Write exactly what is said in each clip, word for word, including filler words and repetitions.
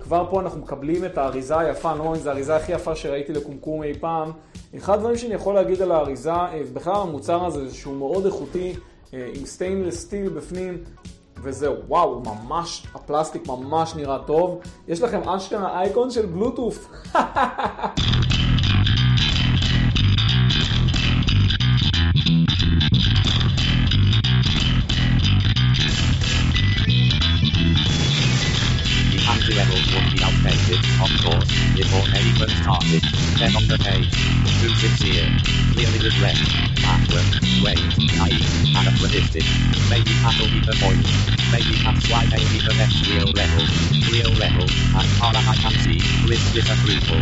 כבר פה אנחנו מקבלים את האריזה היפה, לא אומרים, זו האריזה הכי יפה שראיתי לקומקום אי פעם. אחד הדברים שאני יכול להגיד על האריזה, בכלל המוצר הזה שהוא מאוד איכותי, עם סטיינלס סטיל בפנים, וזהו, וואו, ממש, הפלסטיק ממש נראה טוב. יש לכם אשכרה אייקון של בלוטוף. The levels would be outdated, of course, before anyone started. Then on the page, too sincere, clearly regret, backward, wait, naive, anachronistic. Maybe that'll be the point. Maybe that's why they be the next real level. Real level, as far as I can see, with disapproval.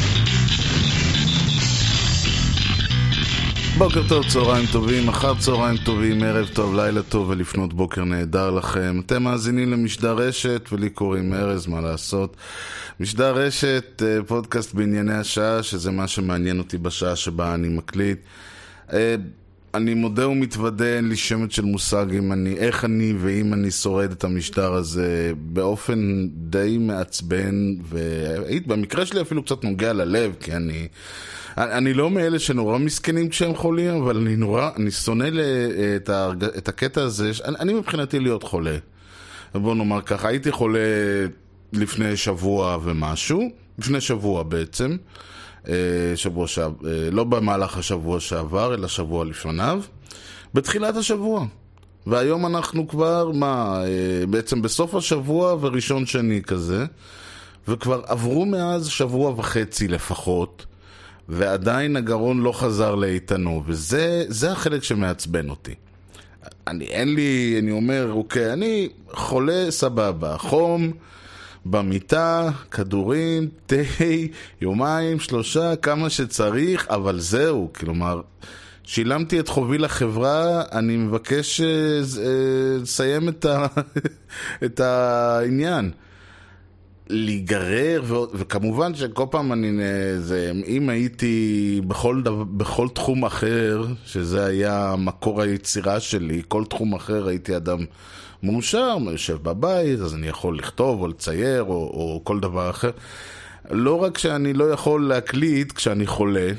בוקר טוב, צהריים טובים, אחר צהריים טובים, ערב טוב, לילה טוב ולפנות בוקר נהדר לכם. אתם מאזינים למשדר רשת ולי קוראים ארז, מה לעשות. משדר רשת, פודקאסט בענייני השעה, שזה מה שמעניין אותי בשעה שבה אני מקליט. אני מודה ומתוודה, אין לי שמץ של מושג אם אני, איך אני ואם אני שורד את המשדר הזה באופן די מעצבן, והיית במקרה שלי אפילו קצת נוגע ללב, כי אני... אני לא מאלה שנורא מסכנים כשהם חולים, אבל אני נורא, אני שונא את, הרג... את הקטע הזה, אני, אני מבחינתי להיות חולה. בוא נאמר ככה, הייתי חולה לפני שבוע ומשהו, לפני שבוע בעצם, שבוע שעבר, לא במהלך השבוע שעבר, אלא שבוע לפניו, בתחילת השבוע. והיום אנחנו כבר, מה, בעצם בסוף השבוע וראשון שני כזה, וכבר עברו מאז שבוע וחצי לפחות, ועדיין הגרון לא חזר לאיתנו, וזה זה החלק שמעצבן אותי. אני, אין לי, אני אומר, אוקיי, אני חולה סבבה, חום, במיטה, כדורים, תה, יומיים, שלושה, כמה שצריך, אבל זהו, כלומר, שילמתי את חובי לחברה, אני מבקש לסיים את, ה, את העניין. להיגרר, ו... וכמובן שכל פעם אני, זה, אם הייתי בכל, דו... בכל תחום אחר, שזה היה מקור היצירה שלי, כל תחום אחר הייתי אדם מאושר, יושב בבית, אז אני יכול לכתוב או לצייר או, או כל דבר אחר. לא רק שאני לא יכול להקליט כשאני חולה,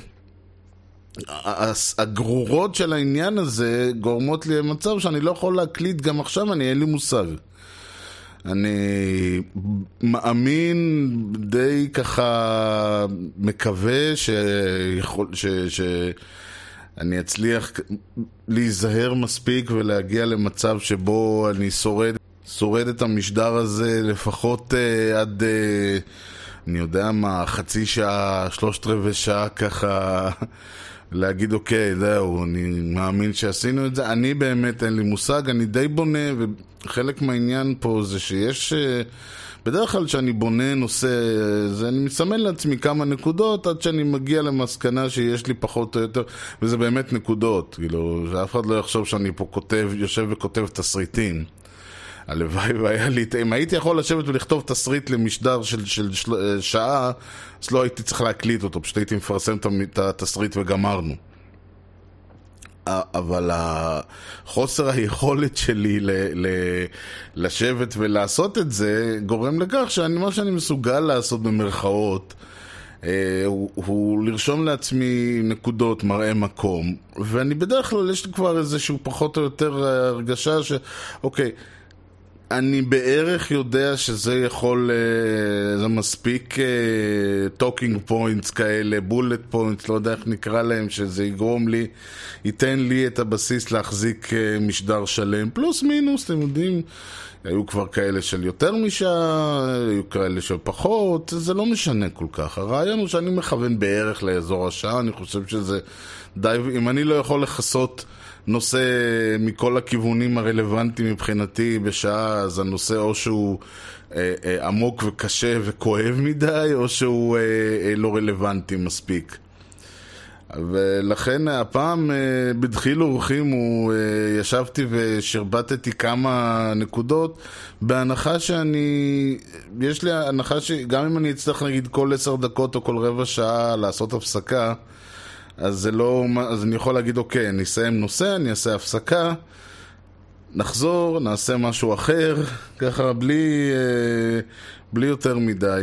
הגרורות של העניין הזה גורמות לי למצב שאני לא יכול להקליט גם עכשיו, אני אין לי מושג. אני מאמין, די ככה מקווה שיכול, ש, שאני אצליח להיזהר מספיק ולהגיע למצב שבו אני שורד, שורד את המשדר הזה לפחות uh, עד, uh, אני יודע מה, חצי שעה, שלושת רבעי שעה ככה, להגיד אוקיי, זהו, אני מאמין שעשינו את זה. אני באמת אין לי מושג, אני די בונה, וחלק מהעניין פה זה שיש, בדרך כלל שאני בונה נושא, זה אני מסמן לעצמי כמה נקודות, עד שאני מגיע למסקנה שיש לי פחות או יותר, וזה באמת נקודות, כאילו, שאף אחד לא יחשוב שאני פה כותב, יושב וכותב תסריטים. הלוואי והיה לי, אם הייתי יכול לשבת ולכתוב תסריט למשדר של, של, של שעה, אז לא הייתי צריך להקליט אותו, פשוט הייתי מפרסם את התסריט וגמרנו. אבל החוסר היכולת שלי ל, ל, לשבת ולעשות את זה, גורם לכך שאני, מה שאני מסוגל לעשות במרכאות, הוא, הוא לרשום לעצמי נקודות, מראה מקום, ואני בדרך כלל יש לי כבר איזשהו פחות או יותר הרגשה ש, אוקיי, אני בערך יודע שזה יכול, זה מספיק talking points כאלה, bullet points, לא יודע איך נקרא להם, שזה יגרום לי, ייתן לי את הבסיס להחזיק משדר שלם, פלוס מינוס, אתם יודעים, היו כבר כאלה של יותר משעה, היו כאלה של פחות, זה לא משנה כל כך. הרעיון הוא שאני מכוון בערך לאזור השעה, אני חושב שזה די, אם אני לא יכול לחסות נושא מכל הכיוונים הרלוונטיים מבחינתי בשעה, אז הנושא או שהוא אה, אה, עמוק וקשה וכואב מדי, או שהוא אה, אה, לא רלוונטי מספיק. ולכן הפעם אה, בדחיל אורחים הוא אה, ישבתי ושרבטתי כמה נקודות, בהנחה שאני, יש לי הנחה שגם אם אני אצטרך נגיד כל עשר דקות או כל רבע שעה לעשות הפסקה, אז זה לא, אז אני יכול להגיד אוקיי, אני אסיים נושא, אני אעשה הפסקה, נחזור, נעשה משהו אחר, ככה בלי, בלי יותר מדי.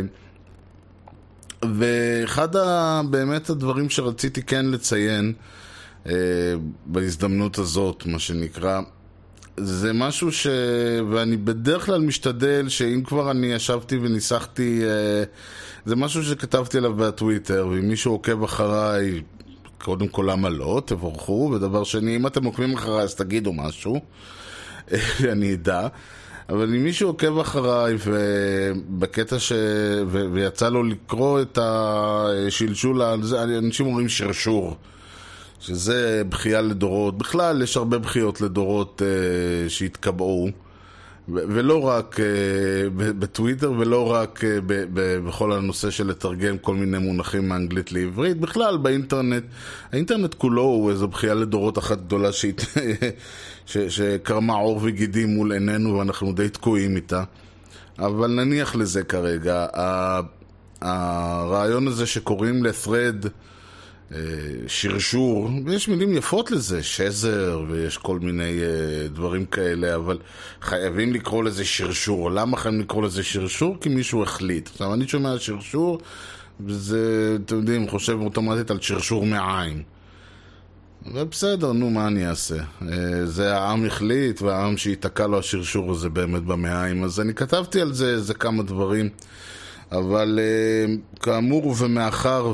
ואחד ה, באמת הדברים שרציתי כן לציין בהזדמנות הזאת, מה שנקרא, זה משהו ש... ואני בדרך כלל משתדל שאם כבר אני ישבתי וניסחתי, זה משהו שכתבתי עליו בטוויטר, ואם מישהו עוקב אחריי, קודם כל למה לא, תבורכו, ודבר שני, אם אתם עוקבים אחריי אז תגידו משהו, אני אדע. אבל אם מישהו עוקב אחריי ובקטע ש... ו... ויצא לו לקרוא את השלשול, אנשים אומרים שרשור, שזה בחייה לדורות. בכלל יש הרבה בחיות לדורות uh, שהתקבעו, ו- ולא רק uh, בטוויטר, ולא רק uh, ב- ב- בכל הנושא של לתרגם כל מיני מונחים מאנגלית לעברית. בכלל באינטרנט, האינטרנט כולו הוא איזו בחייה לדורות אחת גדולה שהת... ש- שקרמה עור וגידים מול עינינו, ואנחנו די תקועים איתה. אבל נניח לזה כרגע. ה- הרעיון הזה שקוראים ל-thread שרשור, ויש מילים יפות לזה, שזר, ויש כל מיני uh, דברים כאלה, אבל חייבים לקרוא לזה שרשור. למה חייבים לקרוא לזה שרשור? כי מישהו החליט. עכשיו, אני שומע שרשור, וזה, אתם יודעים, חושב אוטומטית על שרשור מעין. ובסדר, נו, מה אני אעשה? Uh, זה העם החליט, והעם שהתעקע לו השרשור הזה באמת במעיים. אז אני כתבתי על זה, זה כמה דברים. אבל uh, כאמור ומאחר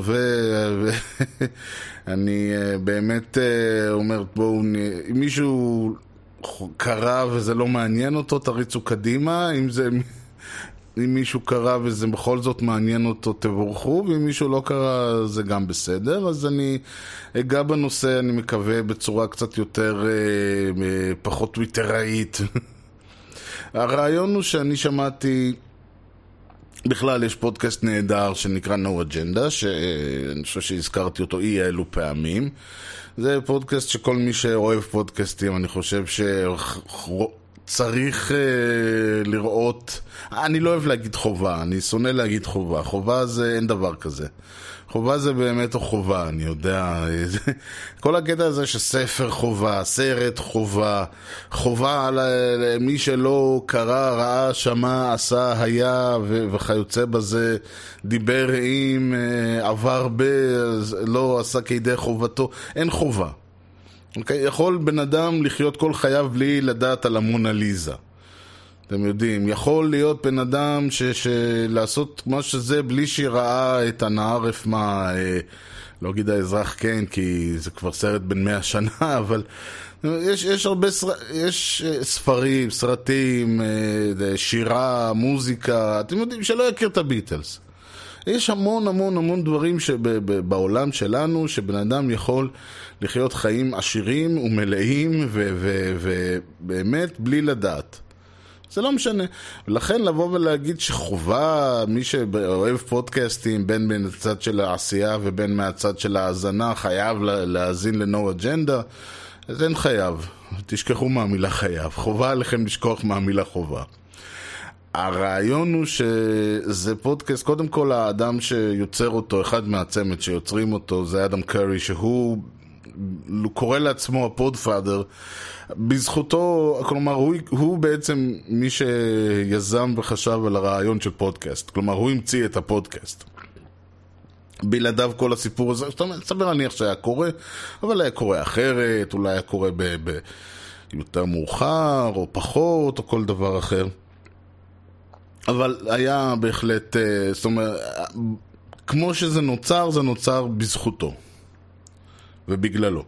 ואני uh, באמת uh, אומר, בואו, אם מישהו קרא וזה לא מעניין אותו, תריצו קדימה. אם זה, אם מישהו קרא וזה בכל זאת מעניין אותו, תבורכו, ואם מישהו לא קרא זה גם בסדר. אז אני אגע בנושא, אני מקווה בצורה קצת יותר uh, פחות טוויטראית. הרעיון הוא שאני שמעתי, בכלל יש פודקאסט נהדר שנקרא No Agenda, שאני חושב שהזכרתי אותו אי אלו פעמים. זה פודקאסט שכל מי שאוהב פודקאסטים, אני חושב שצריך לראות, אני לא אוהב להגיד חובה, אני שונא להגיד חובה. חובה זה, אין דבר כזה. חובה זה באמת חובה, אני יודע. כל הקטע הזה שספר חובה, סרט חובה, חובה למי שלא קרא, ראה, שמע, עשה, היה וכיוצא בזה, דיבר עם, עבר ב, לא עשה כידי חובתו, אין חובה. יכול בן אדם לחיות כל חייו בלי לדעת על המונליזה. אתם יודעים, יכול להיות בן אדם ש, שלעשות מה שזה בלי שראה את הנערף מה, אה, לא אגיד האזרח כן, כי זה כבר סרט בן מאה שנה, אבל יש, יש הרבה סר, יש ספרים, סרטים, אה, שירה, מוזיקה, אתם יודעים, שלא יכיר את הביטלס. יש המון המון המון דברים שבעולם שלנו, שבן אדם יכול לחיות חיים עשירים ומלאים ובאמת בלי לדעת. זה לא משנה. ולכן לבוא ולהגיד שחובה, מי שאוהב פודקאסטים, בין בין הצד של העשייה ובין מהצד של ההאזנה, חייב להאזין ל-No Agenda, אז אין חייב. תשכחו מהמילה חייב. חובה עליכם לשכוח מהמילה חובה. הרעיון הוא שזה פודקאסט, קודם כל האדם שיוצר אותו, אחד מהצמד שיוצרים אותו, זה אדם קרי, שהוא קורא לעצמו הפודפאדר, בזכותו, כלומר, הוא, הוא בעצם מי שיזם וחשב על הרעיון של פודקאסט, כלומר, הוא המציא את הפודקאסט. בלעדיו כל הסיפור הזה, זאת אומרת, סביר להניח שהיה קורה, אבל היה קורה אחרת, אולי היה קורה ב, ב, יותר מאוחר, או פחות, או כל דבר אחר. אבל היה בהחלט, זאת אומרת, כמו שזה נוצר, זה נוצר בזכותו. ובגללו.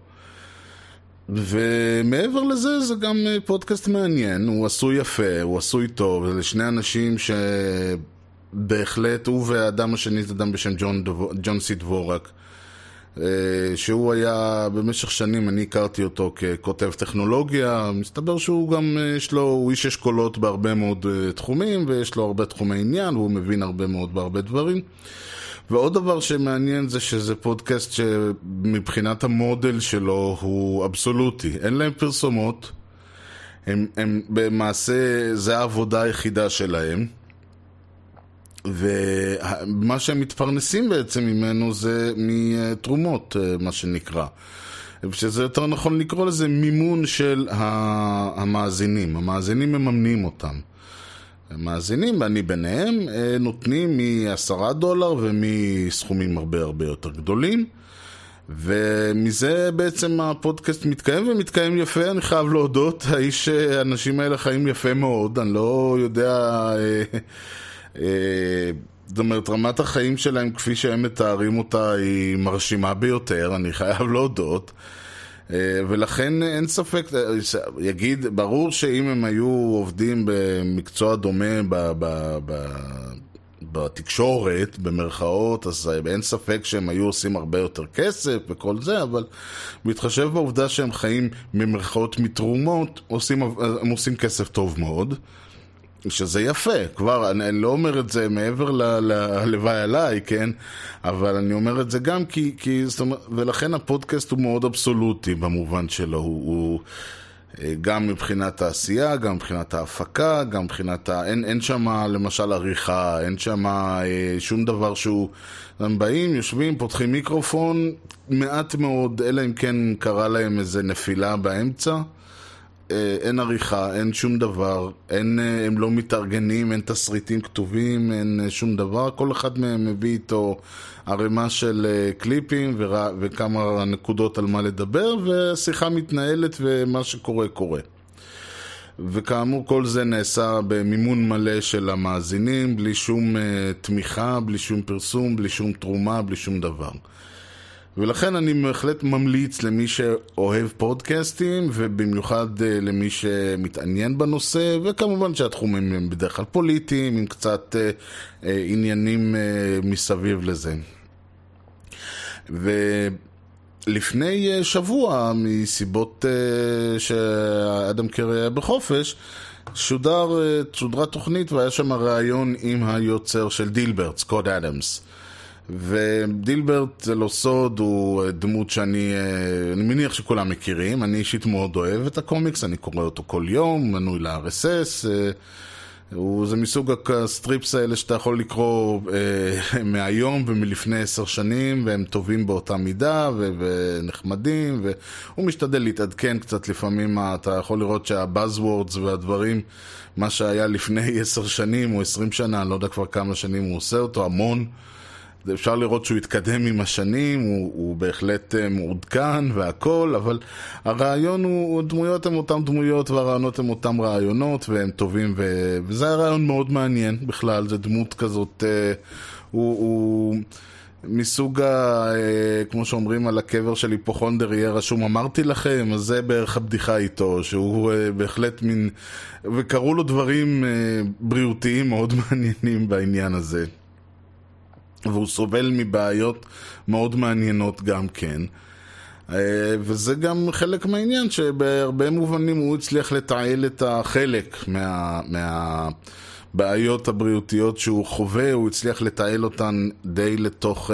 ומעבר לזה, זה גם פודקאסט מעניין, הוא עשוי יפה, הוא עשוי טוב, ולשני אנשים שבהחלט, הוא והאדם השני זה אדם בשם ג'ון, ג'ון סי דבורק, שהוא היה במשך שנים, אני הכרתי אותו ככותב טכנולוגיה, מסתבר שהוא גם, יש לו, הוא איש אשכולות בהרבה מאוד תחומים, ויש לו הרבה תחומי עניין, והוא מבין הרבה מאוד בהרבה דברים. ועוד דבר שמעניין זה שזה פודקאסט שמבחינת המודל שלו הוא אבסולוטי. אין להם פרסומות, הם, הם במעשה, זה העבודה היחידה שלהם, ומה שהם מתפרנסים בעצם ממנו זה מתרומות, מה שנקרא. שזה יותר נכון לקרוא לזה מימון של המאזינים. המאזינים מממנים אותם. המאזינים, ואני ביניהם, נותנים מ-עשרה דולר ומסכומים הרבה הרבה יותר גדולים. ומזה בעצם הפודקאסט מתקיים ומתקיים יפה, אני חייב להודות. האיש, האנשים האלה חיים יפה מאוד, אני לא יודע... אה, אה, זאת אומרת, רמת החיים שלהם כפי שהם מתארים אותה היא מרשימה ביותר, אני חייב להודות. ולכן אין ספק, יגיד, ברור שאם הם היו עובדים במקצוע דומה ב, ב, ב, בתקשורת, במרכאות, אז אין ספק שהם היו עושים הרבה יותר כסף וכל זה, אבל מתחשב בעובדה שהם חיים ממרכאות מתרומות, עושים, הם עושים כסף טוב מאוד. שזה יפה, כבר, אני, אני לא אומר את זה מעבר ללוואי עליי, כן? אבל אני אומר את זה גם כי, כי זאת אומרת, ולכן הפודקאסט הוא מאוד אבסולוטי במובן שלו, הוא, הוא גם מבחינת העשייה, גם מבחינת ההפקה, גם מבחינת ה... אין, אין שמה למשל עריכה, אין שמה אה, שום דבר שהוא... הם באים, יושבים, פותחים מיקרופון, מעט מאוד, אלא אם כן קרה להם איזה נפילה באמצע, אין עריכה, אין שום דבר, אין, הם לא מתארגנים, אין תסריטים כתובים, אין שום דבר, כל אחד מהם מביא איתו ערימה של קליפים ור... וכמה נקודות על מה לדבר, והשיחה מתנהלת ומה שקורה קורה. וכאמור כל זה נעשה במימון מלא של המאזינים, בלי שום תמיכה, בלי שום פרסום, בלי שום תרומה, בלי שום דבר. ולכן אני בהחלט ממליץ למי שאוהב פודקאסטים, ובמיוחד למי שמתעניין בנושא, וכמובן שהתחומים הם בדרך כלל פוליטיים, עם קצת אה, אה, עניינים אה, מסביב לזה. ולפני אה, שבוע, מסיבות אה, שאדם קרי היה בחופש, שודר, אה, שודרה תוכנית, והיה שם ראיון עם היוצר של דילברט, סקוט אדמס. ודילברט זה לא סוד, הוא דמות שאני אני מניח שכולם מכירים. אני אישית מאוד אוהב את הקומיקס, אני קורא אותו כל יום, מנוי ל-אר אס אס. הוא, זה מסוג הסטריפס האלה שאתה יכול לקרוא אה, מהיום ומלפני עשר שנים, והם טובים באותה מידה ו- ונחמדים, והוא משתדל להתעדכן קצת. לפעמים אתה יכול לראות שהבאזוורדס והדברים, מה שהיה לפני עשר שנים או עשרים שנה, אני לא יודע כבר כמה שנים הוא עושה אותו, המון. אפשר לראות שהוא התקדם עם השנים, הוא, הוא בהחלט מעודכן והכל, אבל הרעיון הוא, דמויות הם אותם דמויות והרעיונות הם אותם רעיונות, והם טובים, ו, וזה הרעיון מאוד מעניין בכלל. זה דמות כזאת, הוא, הוא מסוג, כמו שאומרים על הקבר של היפוכונדר יהיה רשום אמרתי לכם, אז זה בערך הבדיחה איתו, שהוא בהחלט מין, וקראו לו דברים בריאותיים מאוד מעניינים בעניין הזה. והוא סובל מבעיות מאוד מעניינות גם כן. וזה גם חלק מהעניין, שבהרבה מובנים הוא הצליח לתעל את החלק מה, מהבעיות הבריאותיות שהוא חווה, הוא הצליח לתעל אותן די לתוך,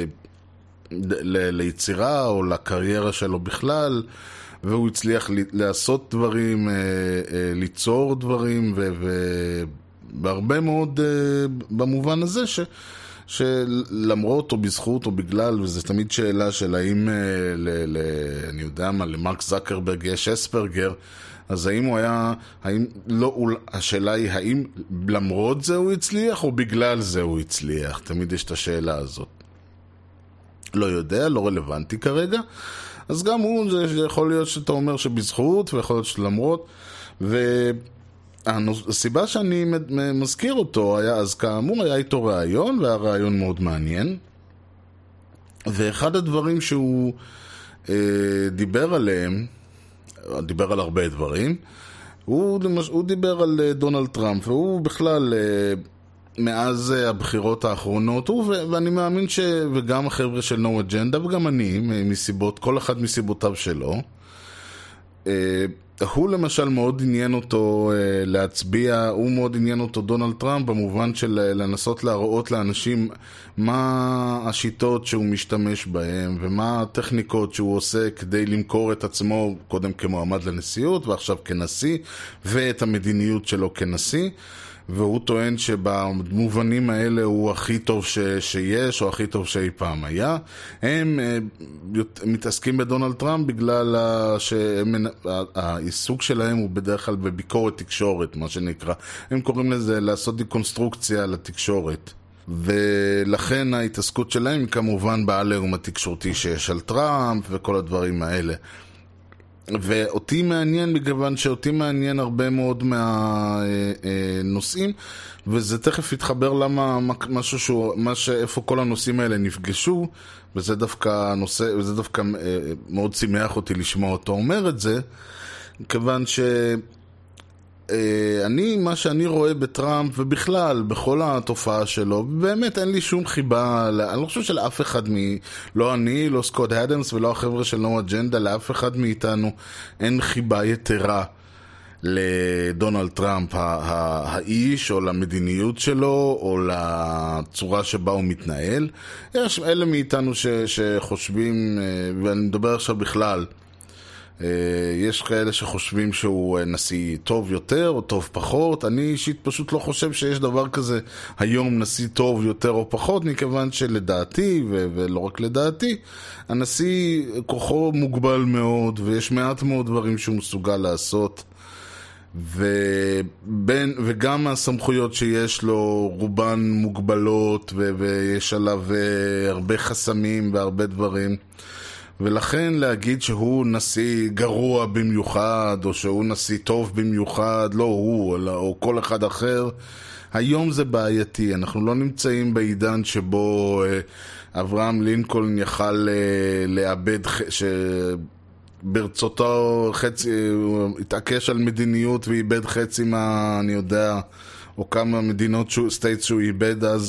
ל, ליצירה או לקריירה שלו בכלל, והוא הצליח לעשות דברים, ליצור דברים, ובהרבה מאוד במובן הזה ש... שלמרות או בזכות או בגלל, וזה תמיד שאלה של האם, ל, ל, אני יודע מה, למרק זקרברג יש אספרגר, אז האם הוא היה, האם, לא, השאלה היא האם למרות זה הוא הצליח או בגלל זה הוא הצליח, תמיד יש את השאלה הזאת. לא יודע, לא רלוונטי כרגע, אז גם הוא, זה יכול להיות שאתה אומר שבזכות, ויכול להיות שלמרות, ו... הסיבה שאני מזכיר אותו היה, אז כאמור היה איתו רעיון, והיה רעיון מאוד מעניין, ואחד הדברים שהוא אה, דיבר עליהם, דיבר על הרבה דברים, הוא, הוא דיבר על דונלד טראמפ, והוא בכלל אה, מאז הבחירות האחרונות, הוא, ו- ואני מאמין ש... וגם החבר'ה של נו אג'נדה, וגם אני, מסיבות, כל אחד מסיבותיו שלו, אה, הוא למשל מאוד עניין אותו uh, להצביע, הוא מאוד עניין אותו דונלד טראמפ במובן של uh, לנסות להראות לאנשים מה השיטות שהוא משתמש בהם ומה הטכניקות שהוא עושה כדי למכור את עצמו קודם כמועמד לנשיאות ועכשיו כנשיא, ואת המדיניות שלו כנשיא. והוא טוען שבמובנים האלה הוא הכי טוב ש, שיש, או הכי טוב שאי פעם היה. הם uh, מתעסקים בדונלד טראמפ בגלל שהעיסוק שלהם הוא בדרך כלל בביקורת תקשורת, מה שנקרא. הם קוראים לזה לעשות דיקונסטרוקציה לתקשורת. ולכן ההתעסקות שלהם היא כמובן בעליהום התקשורתי שיש על טראמפ וכל הדברים האלה. ואותי מעניין, מכיוון שאותי מעניין הרבה מאוד מהנושאים, וזה תכף יתחבר למה משהו שהוא, מה שאיפה כל הנושאים האלה נפגשו, וזה דווקא נושא, וזה דווקא מאוד שימח אותי לשמוע אותו אומר את זה, כיוון ש אני, מה שאני רואה בטראמפ ובכלל בכל התופעה שלו, באמת אין לי שום חיבה, אני לא חושב שלאף אחד מ... לא אני, לא סקוט אדמס ולא החבר'ה של נו אג'נדה, לאף אחד מאיתנו אין חיבה יתרה לדונלד טראמפ האיש או למדיניות שלו או לצורה שבה הוא מתנהל. יש אלה מאיתנו ש... שחושבים, ואני מדבר עכשיו בכלל, יש כאלה שחושבים שהוא נשיא טוב יותר או טוב פחות. אני אישית פשוט לא חושב שיש דבר כזה היום נשיא טוב יותר או פחות, מכיוון שלדעתי, ו- ולא רק לדעתי, הנשיא כוחו מוגבל מאוד, ויש מעט מאוד דברים שהוא מסוגל לעשות, ובין, וגם הסמכויות שיש לו רובן מוגבלות, ו- ויש עליו הרבה חסמים והרבה דברים, ולכן להגיד שהוא נשיא גרוע במיוחד, או שהוא נשיא טוב במיוחד, לא הוא, אלא, או כל אחד אחר, היום זה בעייתי. אנחנו לא נמצאים בעידן שבו אה, אברהם לינקולן יכל אה, לאבד, שברצותו חצי, הוא התעקש על מדיניות ואיבד חצי מה, אני יודע, או כמה מדינות סטייטס שהוא איבד אז,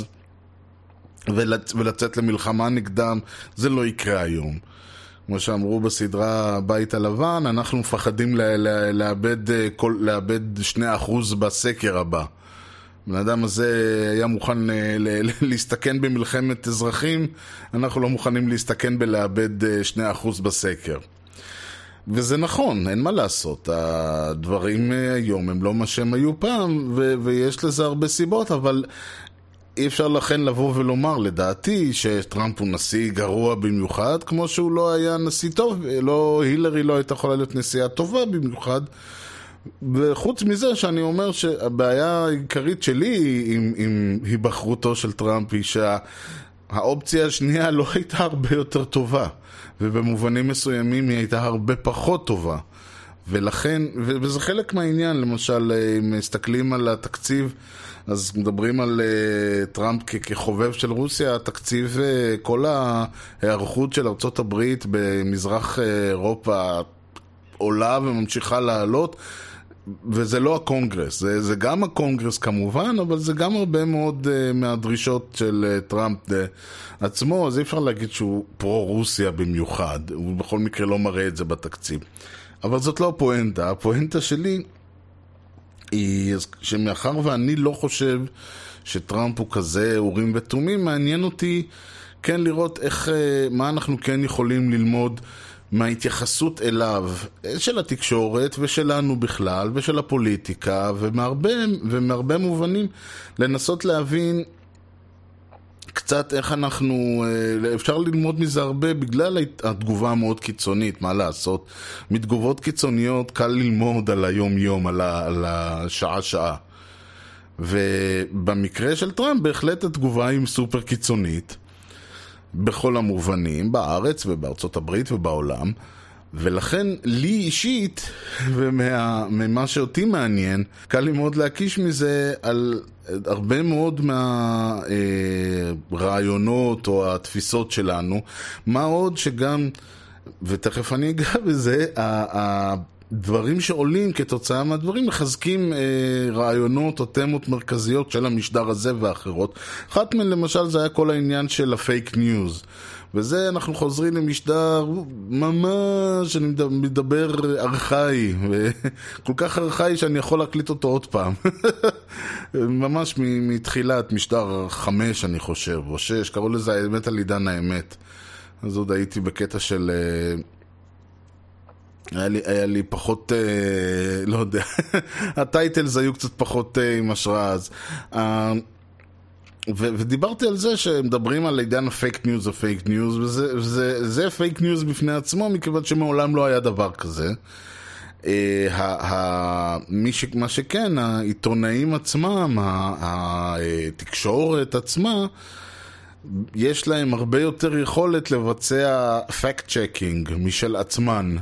ולצ, ולצאת למלחמה נגדם. זה לא יקרה היום. כמו שאמרו בסדרה בית הלבן, אנחנו מפחדים לה, לה, לאבד, כל, לאבד שני אחוז בסקר הבא. בן אדם הזה היה מוכן ל, ל, להסתכן במלחמת אזרחים, אנחנו לא מוכנים להסתכן בלאבד שני אחוז בסקר. וזה נכון, אין מה לעשות. הדברים היום הם לא מה שהם היו פעם, ו, ויש לזה הרבה סיבות, אבל אי אפשר לכן לבוא ולומר, לדעתי, שטראמפ הוא נשיא גרוע במיוחד, כמו שהוא לא היה נשיא טוב, לא, הילרי לא הייתה יכולה להיות נשיאה טובה במיוחד. וחוץ מזה שאני אומר שהבעיה העיקרית שלי עם, עם היבחרותו של טראמפ היא שהאופציה השנייה לא הייתה הרבה יותר טובה, ובמובנים מסוימים היא הייתה הרבה פחות טובה. ולכן, וזה חלק מהעניין, למשל, אם מסתכלים על התקציב, אז מדברים על uh, טראמפ כ- כחובב של רוסיה, התקציב, uh, כל ההיערכות של ארצות הברית במזרח uh, אירופה עולה וממשיכה לעלות, וזה לא הקונגרס, זה, זה גם הקונגרס כמובן, אבל זה גם הרבה מאוד uh, מהדרישות של uh, טראמפ uh, עצמו, אז אי אפשר להגיד שהוא פרו-רוסיה במיוחד, הוא בכל מקרה לא מראה את זה בתקציב. אבל זאת לא הפואנטה, הפואנטה שלי היא שמאחר ואני לא חושב שטראמפ הוא כזה אורים ותומים, מעניין אותי כן לראות איך, מה אנחנו כן יכולים ללמוד מההתייחסות אליו, של התקשורת ושלנו בכלל ושל הפוליטיקה, ומהרבה, ומהרבה מובנים לנסות להבין קצת איך אנחנו, אפשר ללמוד מזה הרבה בגלל התגובה המאוד קיצונית, מה לעשות? מתגובות קיצוניות קל ללמוד על היום יום, על, ה, על השעה שעה. ובמקרה של טראמפ בהחלט התגובה היא סופר קיצונית, בכל המובנים, בארץ ובארצות הברית ובעולם, ולכן לי אישית, וממה שאותי מעניין, קל לי מאוד להקיש מזה על הרבה מאוד מהרעיונות או התפיסות שלנו, מה עוד שגם, ותכף אני אגע בזה, הדברים שעולים כתוצאה מהדברים מחזקים רעיונות או תמות מרכזיות של המשדר הזה ואחרות. אחת מהן למשל זה היה כל העניין של הפייק ניוז, וזה אנחנו חוזרים למשדר ממש, שאני מדבר ארכאי, כל כך ארכאי שאני יכול להקליט אותו עוד פעם. ממש מתחילת משדר חמש אני חושב, או שש, קראו לזה האמת על עידן האמת. אז עוד הייתי בקטע של היה לי, היה לי פחות, אה, לא יודע, הטייטלס היו קצת פחות אה, עם השראה אז. אה, ו- ודיברתי על זה שמדברים על עידן הפייק ניוז הפייק ניוז, וזה זה, זה פייק ניוז בפני עצמו, מכיוון שמעולם לא היה דבר כזה. אה, ה- ה- מי ש- מה שכן, העיתונאים עצמם, התקשורת עצמה, יש להם הרבה יותר יכולת לבצע fact checking משל עצמן.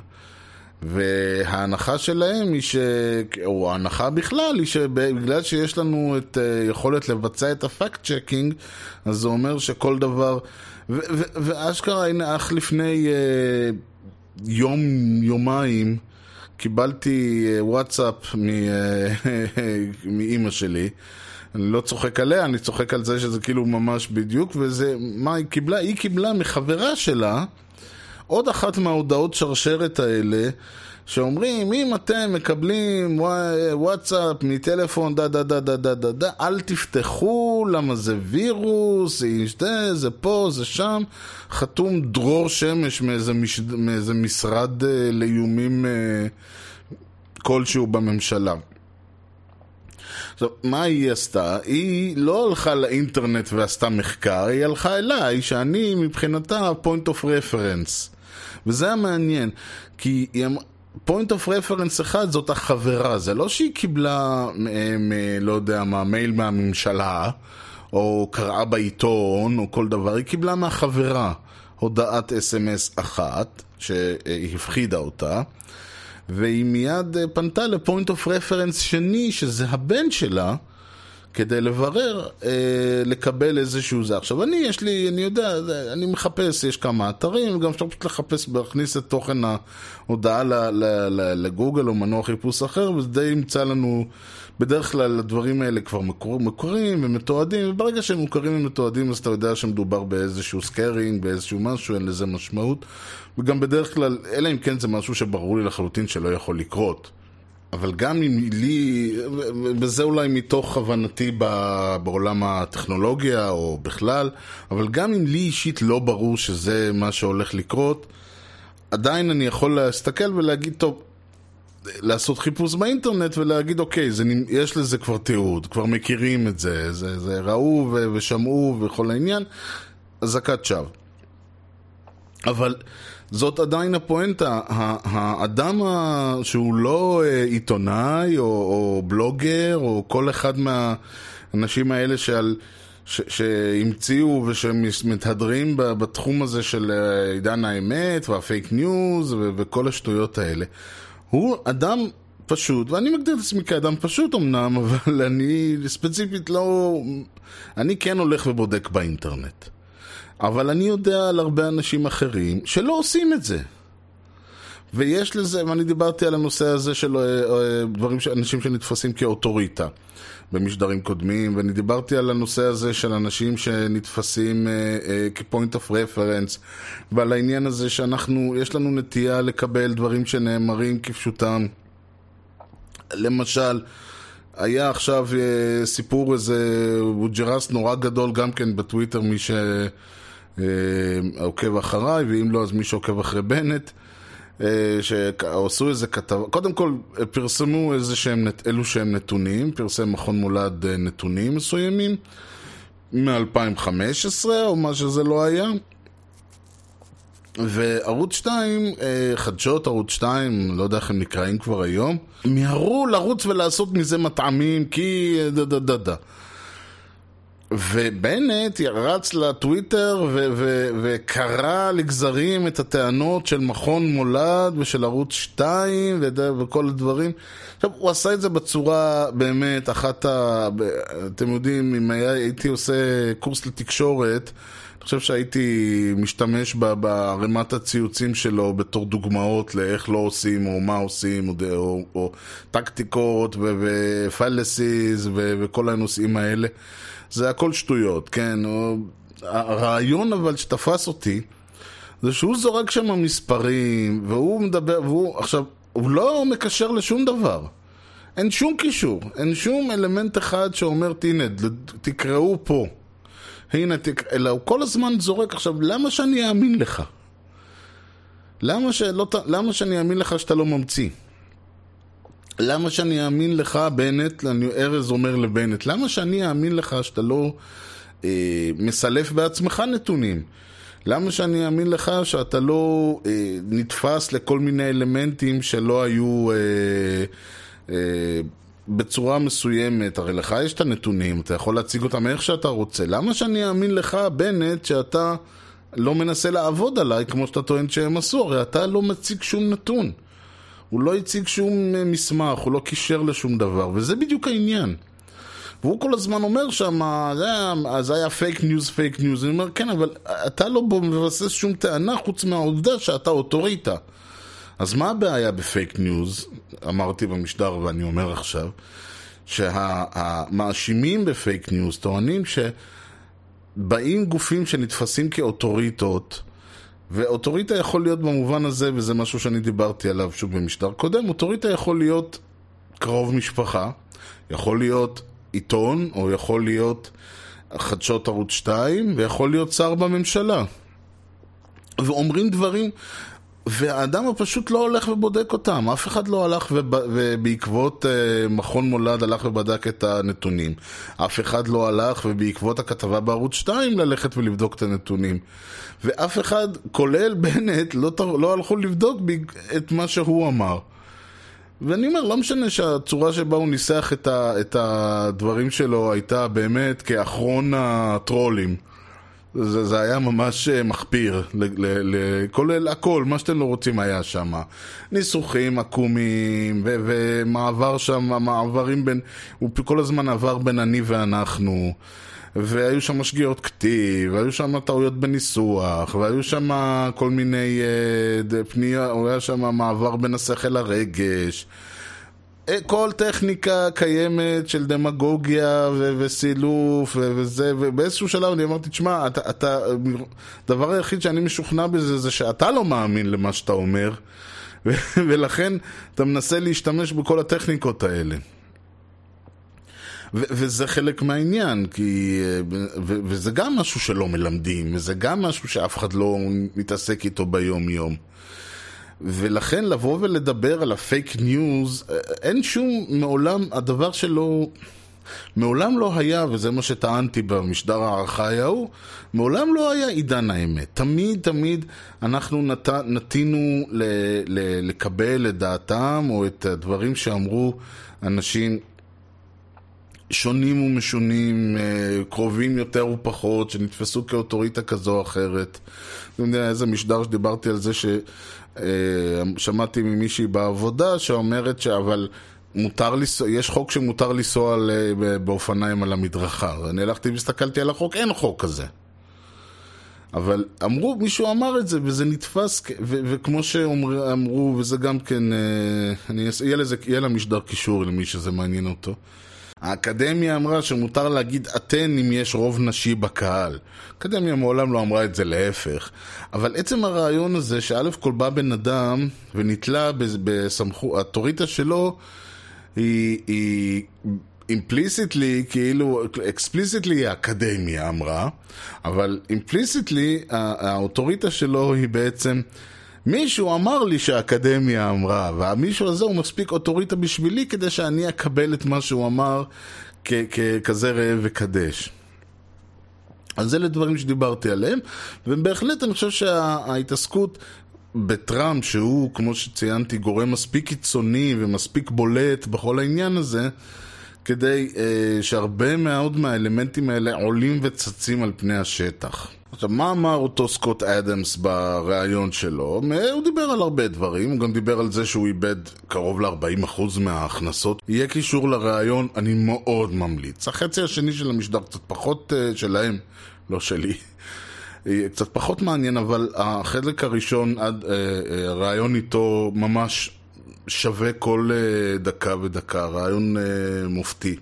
וההנחה שלהם היא ש... או ההנחה בכלל היא שבגלל שיש לנו את יכולת לבצע את הפאקט צ'קינג, אז זה אומר שכל דבר... ו- ו- ואשכרה, הנה, אך לפני uh, יום, יומיים, קיבלתי uh, וואטסאפ מ- uh, מאמא שלי. אני לא צוחק עליה, אני צוחק על זה שזה כאילו ממש בדיוק, וזה... מה היא קיבלה? היא קיבלה מחברה שלה, עוד אחת מההודעות שרשרת האלה, שאומרים, אם אתם מקבלים וואטסאפ מטלפון דה דה דה דה דה דה דה, אל תפתחו, למה זה וירוס, זה, זה פה, זה שם, חתום דרור שמש מאיזה, מש, מאיזה משרד לאיומים כלשהו בממשלה. עכשיו, מה היא עשתה? היא לא הלכה לאינטרנט ועשתה מחקר, היא הלכה אליי, שאני מבחינתה point of reference. וזה המעניין, כי point of reference אחד זאת החברה, זה לא שהיא קיבלה, מ- מ- לא יודע מה, מייל מהממשלה, או קראה בעיתון, או כל דבר, היא קיבלה מהחברה הודעת אס אם אס אחת, שהפחידה אותה, והיא מיד פנתה לפוינט אוף רפרנס שני, שזה הבן שלה, כדי לברר, אה, לקבל איזשהו זה. עכשיו, אני, יש לי, אני יודע, אני מחפש, יש כמה אתרים, גם אפשר פשוט לחפש, להכניס את תוכן ההודעה ל, ל, ל, לגוגל או מנוע חיפוש אחר, וזה די ימצא לנו, בדרך כלל הדברים האלה כבר מקור, מקורים ומתועדים, וברגע שהם מוכרים ומתועדים, אז אתה יודע שמדובר באיזשהו סקרינג, באיזשהו משהו, אין לזה משמעות, וגם בדרך כלל, אלא אם כן זה משהו שברור לי לחלוטין שלא יכול לקרות. אבל גם אם לי, וזה אולי מתוך הבנתי בעולם הטכנולוגיה או בכלל, אבל גם אם לי אישית לא ברור שזה מה שהולך לקרות, עדיין אני יכול להסתכל ולהגיד, טוב, לעשות חיפוש באינטרנט ולהגיד, אוקיי, זה, יש לזה כבר תיעוד, כבר מכירים את זה, זה, זה ראו ו- ושמעו וכל העניין, אזעקת שווא. אבל זאת עדיין הפואנטה, האדם שהוא לא עיתונאי או, או בלוגר או כל אחד מהאנשים האלה שעל, ש, שהמציאו ושמתהדרים בתחום הזה של עידן האמת והפייק ניוז ו, וכל השטויות האלה, הוא אדם פשוט, ואני מגדיר את עצמי כאדם פשוט אמנם, אבל אני ספציפית לא, אני כן הולך ובודק באינטרנט. אבל אני יודע על הרבה אנשים אחרים שלא עושים את זה. ויש לזה, ואני דיברתי על הנושא הזה של דברים, אנשים שנתפסים כאוטוריטה במשדרים קודמים, ואני דיברתי על הנושא הזה של אנשים שנתפסים כ-point of reference, ועל העניין הזה שאנחנו, יש לנו נטייה לקבל דברים שנאמרים כפשוטם. למשל, היה עכשיו סיפור איזה וג'רס נורא גדול גם כן בטוויטר, מי שעוקב אחריי, ואם לא אז מי שעוקב אחרי בנט, שעשו איזה כתב, קודם כל פרסמו איזה שהם, אלו שהם נתונים, פרסם מכון מולד נתונים מסוימים מ-אלפיים וחמש עשרה או מה שזה לא היה, וערוץ שתיים, חדשות ערוץ שתיים, לא יודע איך הם נקראים כבר היום, מהרו לרוץ ולעשות מזה מטעמים, כי דה דה דה דה. ובנט ירץ לטוויטר ו- ו- וקרא לגזרים את הטענות של מכון מולד ושל ערוץ שתיים ו- וכל הדברים. עכשיו, הוא עשה את זה בצורה באמת, אחת ה... אתם יודעים, אם היה, הייתי עושה קורס לתקשורת, אני חושב שהייתי משתמש ברמת הציוצים שלו בתור דוגמאות לאיך לא עושים או מה עושים או, או, או טקטיקות ופלסיס וכל הנושאים האלה. זה הכל שטויות, כן? הרעיון אבל שתפס אותי זה שהוא זורק שם המספרים והוא מדבר, והוא עכשיו, הוא לא מקשר לשום דבר. אין שום קישור, אין שום אלמנט אחד שאומר, הנה, תקראו פה. הנה, תק... אלא הוא כל הזמן זורק. עכשיו, למה שאני אאמין לך? למה, שלא, למה שאני אאמין לך שאתה לא ממציא? למה שאני אאמין לך, בנט, ארז אומר לבנט, למה שאני אאמין לך שאתה לא אה, מסלף בעצמך נתונים? למה שאני אאמין לך שאתה לא אה, נתפס לכל מיני אלמנטים שלא היו אה, אה, בצורה מסוימת? הרי לך יש את הנתונים, אתה יכול להציג אותם איך שאתה רוצה. למה שאני אאמין לך, בנט, שאתה לא מנסה לעבוד עליי כמו שאתה טוען שהם עשו? הרי אתה לא מציג שום נתון. הוא לא הציג שום מסמך, הוא לא קישר לשום דבר, וזה בדיוק העניין. והוא כל הזמן אומר שם, זה היה פייק ניוז, פייק ניוז. אני אומר, כן, אבל אתה לא מבסס שום טענה חוץ מהעובדה שאתה אוטוריטה. אז מה הבעיה בפייק ניוז? אמרתי במשדר ואני אומר עכשיו, שהמאשימים בפייק ניוז טוענים שבאים גופים שנתפסים כאוטוריטות, ואוטוריטה יכול להיות במובן הזה, וזה משהו שאני דיברתי עליו שוב במשדר קודם, אוטוריטה יכול להיות קרוב משפחה, יכול להיות עיתון, או יכול להיות חדשות ערוץ שתיים, ויכול להיות שר בממשלה. ואומרים דברים, והאדם הפשוט לא הולך ובודק אותם. אף אחד לא הלך ובעקבות מכון מולד הלך ובדק את הנתונים. אף אחד לא הלך ובעקבות הכתבה בערוץ שתיים ללכת ולבדוק את הנתונים. ואף אחד, כולל בנט, לא, לא הלכו לבדוק את מה שהוא אמר. ואני אומר, לא משנה שהצורה שבה הוא ניסח את, ה, את הדברים שלו הייתה באמת כאחרון הטרולים. זה, זה היה ממש מחפיר, כולל הכל, מה שאתם לא רוצים היה שם. ניסוחים, עקומים, ו- ומעבר שם, מעברים בין, הוא כל הזמן עבר בין אני ואנחנו, והיו שם שגיאות כתיב, והיו שם טעויות בניסוח, והיו שם כל מיני uh, פניה, הוא היה שם מעבר בין השכל לרגש. כל טכניקה קיימת של דמגוגיה ו- וסילוף ו- וזה, ובאיזשהו שלב אני אמרתי, תשמע, אתה, אתה, דבר היחיד שאני משוכנע בזה זה שאתה לא מאמין למה שאתה אומר, ו- ולכן אתה מנסה להשתמש בכל הטכניקות האלה. ו- וזה חלק מהעניין, כי, ו- וזה גם משהו שלא מלמדים, וזה גם משהו שאף אחד לא מתעסק איתו ביום יום. ולכן לבוא ולדבר על הפייק ניוז, אין שום, מעולם, הדבר שלו, מעולם לא היה, וזה מה שטענתי במשדר הערכה ההוא, מעולם לא היה עידן האמת. תמיד, תמיד אנחנו נת, נתינו ל, ל, לקבל את דעתם, או את הדברים שאמרו אנשים שונים ומשונים, קרובים יותר ופחות, שנתפסו כאוטוריטה כזו או אחרת. אני יודע איזה משדר שדיברתי על זה ש... שמעתי ממישהי בעבודה שאומרת שאבל מותר לנסוע, יש חוק שמותר לנסוע באופניים על המדרכה. אני הלכתי והסתכלתי על החוק, אין חוק כזה. אבל אמרו, מישהו אמר את זה וזה נתפס, ו- וכמו שאמרו, וזה גם כן, אני, יהיה, לזה, יהיה לה משדר קישור למי שזה מעניין אותו. האקדמיה אמרה שמותר להגיד אתן אם יש רוב נשי בקהל. האקדמיה מעולם לא אמרה את זה, להפך. אבל עצם הרעיון הזה שא' כל בא בן אדם ונתלה בסמכות, האוטוריטה שלו היא, היא implicitly, כאילו, explicitly האקדמיה אמרה, אבל implicitly האוטוריטה שלו היא בעצם... מישהו אמר לי שהאקדמיה אמרה, והמישהו הזה הוא מספיק אוטוריטה בשבילי כדי שאני אקבל את מה שהוא אמר ככזה ראה וקדש. אז זה לדברים שדיברתי עליהם, ובהחלט אני חושב שההתעסקות בטראמפ, שהוא כמו שציינתי גורם מספיק קיצוני ומספיק בולט בכל העניין הזה, כדי אה, שהרבה מאוד מהאלמנטים האלה עולים וצצים על פני השטח. עכשיו, מה אמר אותו סקוט אדמס בראיון שלו? הוא דיבר על הרבה דברים, הוא גם דיבר על זה שהוא איבד קרוב ל-ארבעים אחוז מההכנסות. יהיה קישור לראיון, אני מאוד ממליץ. החצי השני של המשדר קצת פחות uh, שלהם, לא שלי, קצת פחות מעניין, אבל החלק הראשון, עד, uh, uh, הראיון איתו ממש שווה כל uh, דקה ודקה, ראיון uh, מופתי.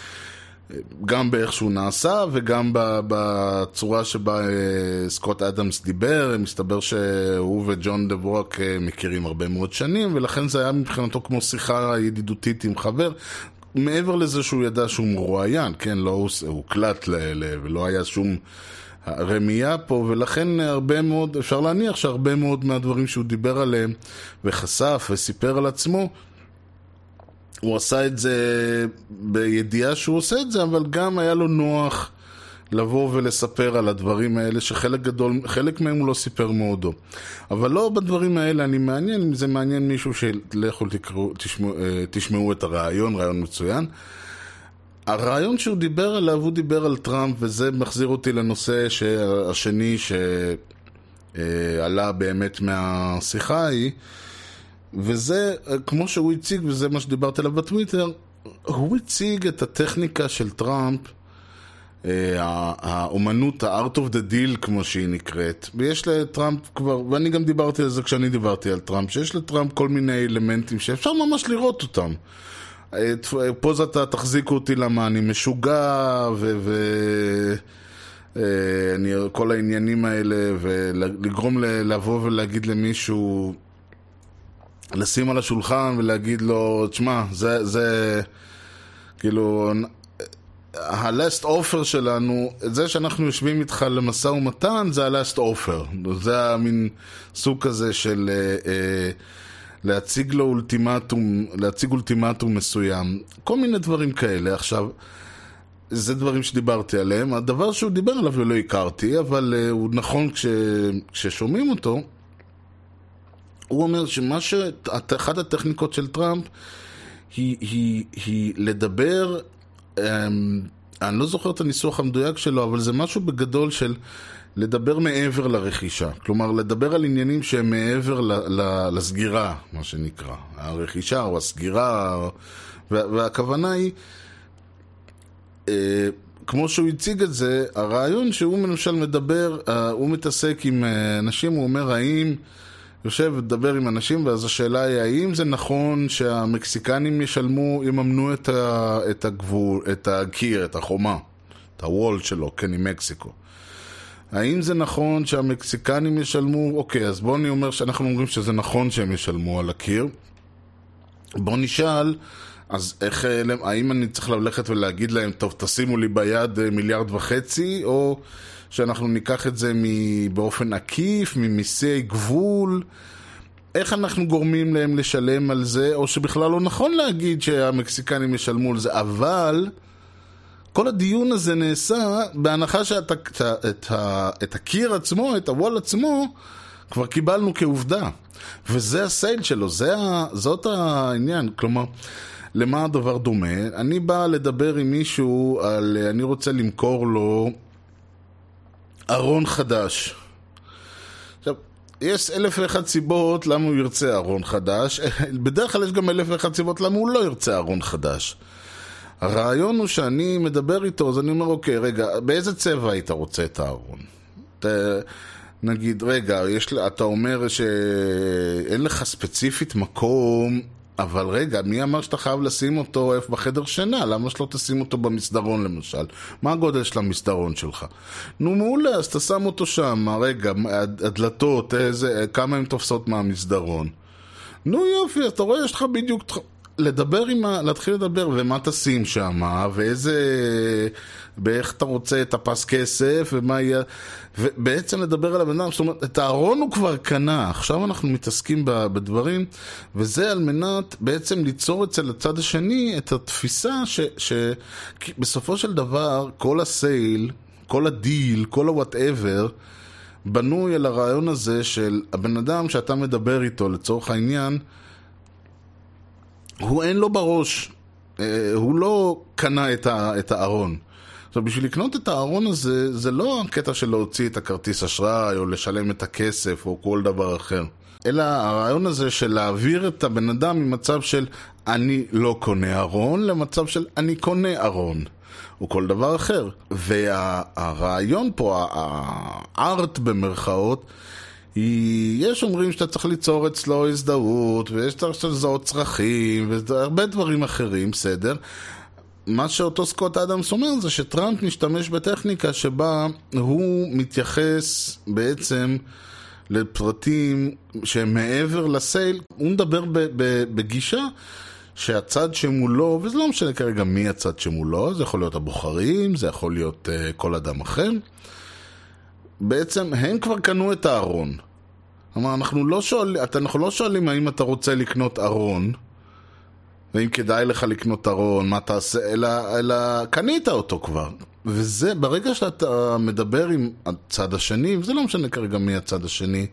גם באיך שהוא נעשה וגם בצורה שבה סקוט אדמס דיבר. מסתבר שהוא וג'ון דבורק מכירים הרבה מאוד שנים, ולכן זה היה מבחינתו כמו שיחה ידידותית עם חבר, מעבר לזה שהוא ידע שהוא מרואיין, כן, לא הוא קלט ל- ל- ולא היה שום הרמייה פה, ולכן הרבה מאוד, אפשר להניח שהרבה מאוד מהדברים שהוא דיבר עליהם וחשף וסיפר על עצמו, הוא עשה את זה בידיעה שהוא עושה את זה, אבל גם היה לו נוח לבוא ולספר על הדברים האלה, שחלק גדול, חלק מהם הוא לא סיפר מאודו. אבל לא בדברים האלה אני מעניין, אם זה מעניין מישהו שלכו תקראו, תשמעו, תשמעו את הרעיון, רעיון מצוין. הרעיון שהוא דיבר עליו, הוא דיבר על טראמפ, וזה מחזיר אותי לנושא השני שעלה באמת מהשיחה ההיא, וזה, כמו שהוא הציג, וזה מה שדיברתי עליו בטוויטר, הוא הציג את הטכניקה של טראמפ, האומנות, ה-Art of the Deal כמו שהיא נקראת, ויש לטראמפ כבר, ואני גם דיברתי על זה כשאני דיברתי על טראמפ, שיש לטראמפ כל מיני אלמנטים שאפשר ממש לראות אותם. פה זה אתה תחזיקו אותי למה אני משוגע ו... ו... אני, כל העניינים האלה, ולגרום לבוא ולהגיד למישהו, לשים על השולחן ולהגיד לו, תשמע, זה, זה, כאילו, ה-last offer שלנו, זה שאנחנו יושבים איתך למשא ומתן, זה ה-last offer. זה המין סוג כזה של אה, להציג לו אולטימטום, להציג אולטימטום מסוים. כל מיני דברים כאלה. עכשיו, זה דברים שדיברתי עליהם. הדבר שהוא דיבר עליו ולא הכרתי, אבל אה, הוא נכון כש, כששומעים אותו, הוא אומר שמה ש... אחת הטכניקות של טראמפ היא, היא, היא לדבר, אני לא זוכר את הניסוח המדויק שלו, אבל זה משהו בגדול של לדבר מעבר לרכישה. כלומר, לדבר על עניינים שהם מעבר ל, ל, לסגירה, מה שנקרא. הרכישה או הסגירה, והכוונה היא, כמו שהוא הציג את זה, הרעיון שהוא למשל מדבר, הוא מתעסק עם אנשים, הוא אומר, האם יושב ודבר עם אנשים, ואז השאלה היא, האם זה נכון שהמקסיקנים ישלמו, יממנו את, ה, את הגבול, את הקיר, את החומה, את הוול שלו, כן, עם מקסיקו. האם זה נכון שהמקסיקנים ישלמו, אוקיי, אז בוא אני אומר שאנחנו אומרים שזה נכון שהם ישלמו על הקיר. בוא נשאל, אז איך, האם אני צריך ללכת ולהגיד להם, טוב, תשימו לי ביד מיליארד וחצי, או שאנחנו ניקח את זה באופן עקיף, ממיסי גבול, איך אנחנו גורמים להם לשלם על זה, או שבכלל לא נכון להגיד שהמקסיקנים ישלמו על זה, אבל כל הדיון הזה נעשה בהנחה שאת את, את הקיר עצמו, את הוול עצמו, כבר קיבלנו כעובדה. וזה הסייל שלו, זה, זאת העניין. כלומר, למה הדבר דומה? אני בא לדבר עם מישהו על, אני רוצה למכור לו ארון חדש. עכשיו, יש אלף ואחת סיבות למה הוא ירצה ארון חדש. בדרך כלל יש גם אלף ואחת סיבות למה הוא לא ירצה ארון חדש. הרעיון הוא שאני מדבר איתו, אז אני אומר, אוקיי, רגע, באיזה צבע היית רוצה את הארון? ת, נגיד, רגע, יש, אתה אומר שאין לך ספציפית מקום, אבל רגע, מי אמר שאתה חייב לשים אותו איפה בחדר שינה? למה שלא תשים אותו במסדרון למשל? מה הגודל של המסדרון שלך? נו, מעולה, אז אתה שם אותו שם, רגע, הדלתות, איזה, כמה הן תופסות מהמסדרון? נו יופי, אתה רואה, יש לך בדיוק לדבר עם ה... להתחיל לדבר, ומה תשים שם, ואיזה... באיך אתה רוצה את הפס כסף, ומה יהיה... ובעצם לדבר על הבן אדם, זאת אומרת, את הארון הוא כבר קנה, עכשיו אנחנו מתעסקים בדברים, וזה על מנת בעצם ליצור אצל הצד השני את התפיסה ש... שבסופו של דבר, כל הסייל, כל הדיל, כל ה-whatever, בנוי על הרעיון הזה של הבן אדם שאתה מדבר איתו לצורך העניין, הוא אין לו בראש, הוא לא קנה את, ה, את הארון. עכשיו, בשביל לקנות את הארון הזה, זה לא הקטע של להוציא את הכרטיס אשראי, או לשלם את הכסף, או כל דבר אחר. אלא הרעיון הזה של להעביר את הבן אדם ממצב של אני לא קונה ארון, למצב של אני קונה ארון, או כל דבר אחר. והרעיון פה, הארט במרכאות, יש אומרים שאתה צריך ליצור אצלו הזדהות, ויש צריך לזהות צרכים, והרבה דברים אחרים, בסדר. מה שאותו סקוט אדמס אומר זה שטראמפ משתמש בטכניקה שבה הוא מתייחס בעצם לפרטים שהם מעבר לסייל. הוא מדבר בגישה שהצד שמולו, וזה לא משנה כרגע מי הצד שמולו, זה יכול להיות הבוחרים, זה יכול להיות uh, כל אדם אחר, בעצם הם כבר קנו את הארון. כלומר, אנחנו לא שואלים, אנחנו לא שואלים האם אתה רוצה לקנות ארון, ואם כדאי לך לקנות ארון, מה תעשה, אלא, אלא קנית אותו כבר. וזה, ברגע שאתה מדבר עם הצד השני, וזה לא משנה כרגע מי הצד השני,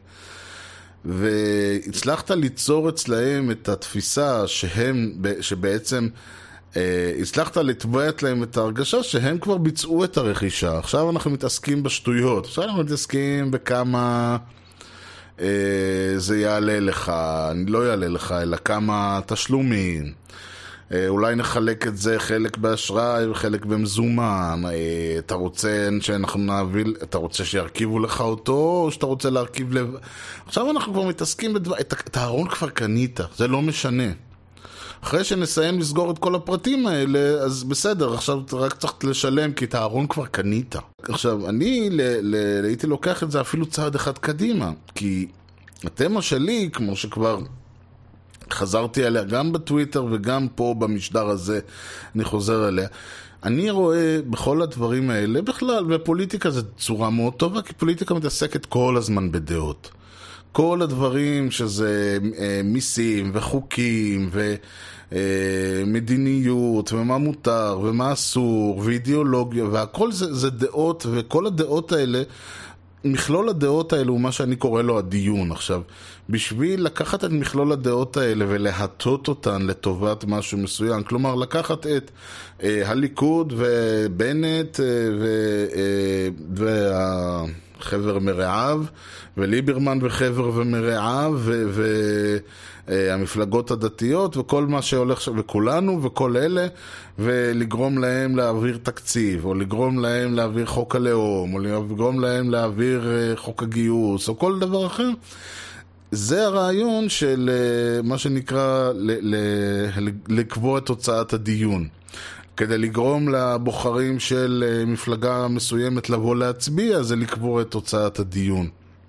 והצלחת ליצור אצלהם את התפיסה שהם, שבעצם אה, הצלחת לתבוע להם את ההרגשה שהם כבר ביצעו את הרכישה. עכשיו אנחנו מתעסקים בשטויות, עכשיו אנחנו מתעסקים בכמה אה, זה יעלה לך, אני לא יעלה לך, אלא כמה תשלומים. אה, אולי נחלק את זה חלק באשראי וחלק במזומן. אה, אתה רוצה שאנחנו נעביל, אתה רוצה שירכיבו לך אותו, או שאתה רוצה להרכיב לב... עכשיו אנחנו כבר מתעסקים בדבר, את, את הארון כבר קנית, זה לא משנה. אחרי שנסיים לסגור את כל הפרטים האלה, אז בסדר, עכשיו רק צריך לשלם, כי את הארון כבר קנית. עכשיו, אני ל, ל, הייתי לוקח את זה אפילו צעד אחד קדימה, כי התמה שלי, כמו שכבר חזרתי עליה גם בטוויטר וגם פה במשדר הזה, אני חוזר עליה. אני רואה בכל הדברים האלה, בכלל, בפוליטיקה זה צורה מאוד טובה, כי פוליטיקה מתעסקת כל הזמן בדעות. כל הדברים שזה אה, מיסים וחוקים ומדיניות ומה מותר ומה אסור ואידיאולוגיה והכל זה, זה דעות, וכל הדעות האלה, מכלול הדעות האלה הוא מה שאני קורא לו הדיון. עכשיו, בשביל לקחת את מכלול הדעות האלה ולהטות אותן לטובת משהו מסוים, כלומר לקחת את אה, הליכוד ובנט אה, ו... אה, וה... חבר מרעיו, וליברמן וחבר ומרעיו, והמפלגות הדתיות, וכל מה שהולך, וכולנו, וכל אלה, ולגרום להם להעביר תקציב, או לגרום להם להעביר חוק הלאום, או לגרום להם להעביר חוק הגיוס, או כל דבר אחר. זה הרעיון של מה שנקרא לקבוע את תוצאת הדיון. כדי לגרום לבוחרים של מפלגה מסוימת לבוא להצביע, זה לקבור את תוצאת הדיון.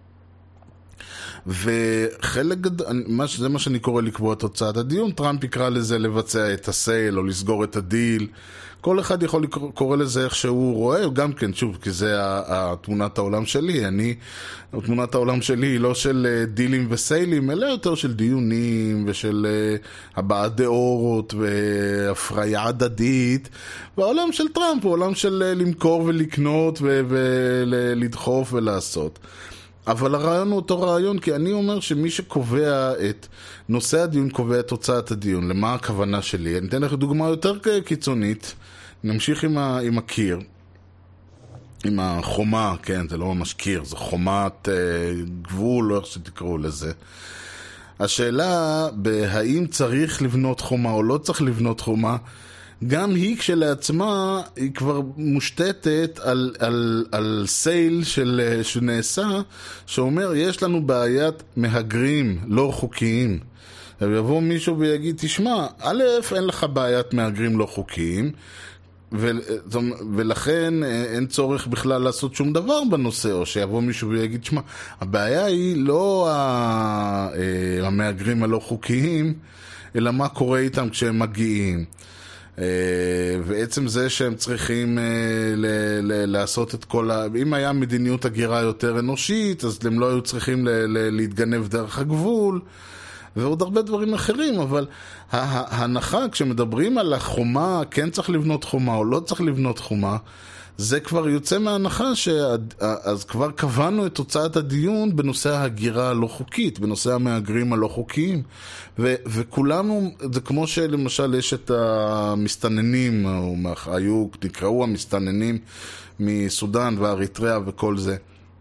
וחלק, זה מה שאני קורא לקבוע את תוצאת הדיון. טראמפ יקרא לזה לבצע את הסייל או לסגור את הדיל. כל אחד יכול לקרוא לזה איך שהוא רואה, גם כן, שוב, כי זה תמונת העולם שלי. אני, תמונת העולם שלי היא לא של דילים וסיילים, אלא יותר של דיונים ושל הבעת דעות והפריה הדדית. והעולם של טראמפ הוא עולם של למכור ולקנות ולדחוף ולעשות. אבל הרעיון הוא אותו רעיון, כי אני אומר שמי שקובע את נושא הדיון קובע את תוצאת הדיון. למה הכוונה שלי? אני אתן לך דוגמה יותר קיצונית. נמשיך עם, ה, עם הקיר, עם החומה, כן, זה לא ממש קיר, זה חומת אה, גבול, או איך שתקראו לזה. השאלה בהאם צריך לבנות חומה או לא צריך לבנות חומה, גם היא כשלעצמה היא כבר מושתתת על, על, על סייל של, שנעשה, שאומר יש לנו בעיית מהגרים לא חוקיים. ויבוא מישהו ויגיד, תשמע, א', אין לך בעיית מהגרים לא חוקיים, ו- ולכן אין צורך בכלל לעשות שום דבר בנושא, או שיבוא מישהו ויגיד, תשמע, הבעיה היא לא המהגרים הלא חוקיים, אלא מה קורה איתם כשהם מגיעים. ועצם זה שהם צריכים ל- ל- לעשות את כל ה... אם היה מדיניות הגירה יותר אנושית, אז הם לא היו צריכים ל- ל- להתגנב דרך הגבול, ועוד הרבה דברים אחרים. אבל ההנחה, כשמדברים על החומה, כן צריך לבנות חומה או לא צריך לבנות חומה, זה כבר יוצא מההנחה שאז כבר קבענו את תוצאת הדיון בנושא ההגירה הלא חוקית, בנושא המהגרים הלא חוקיים. ו- וכולנו, זה כמו שלמשל יש את המסתננים, או היו, נקראו המסתננים מסודן ואריתריאה וכל זה.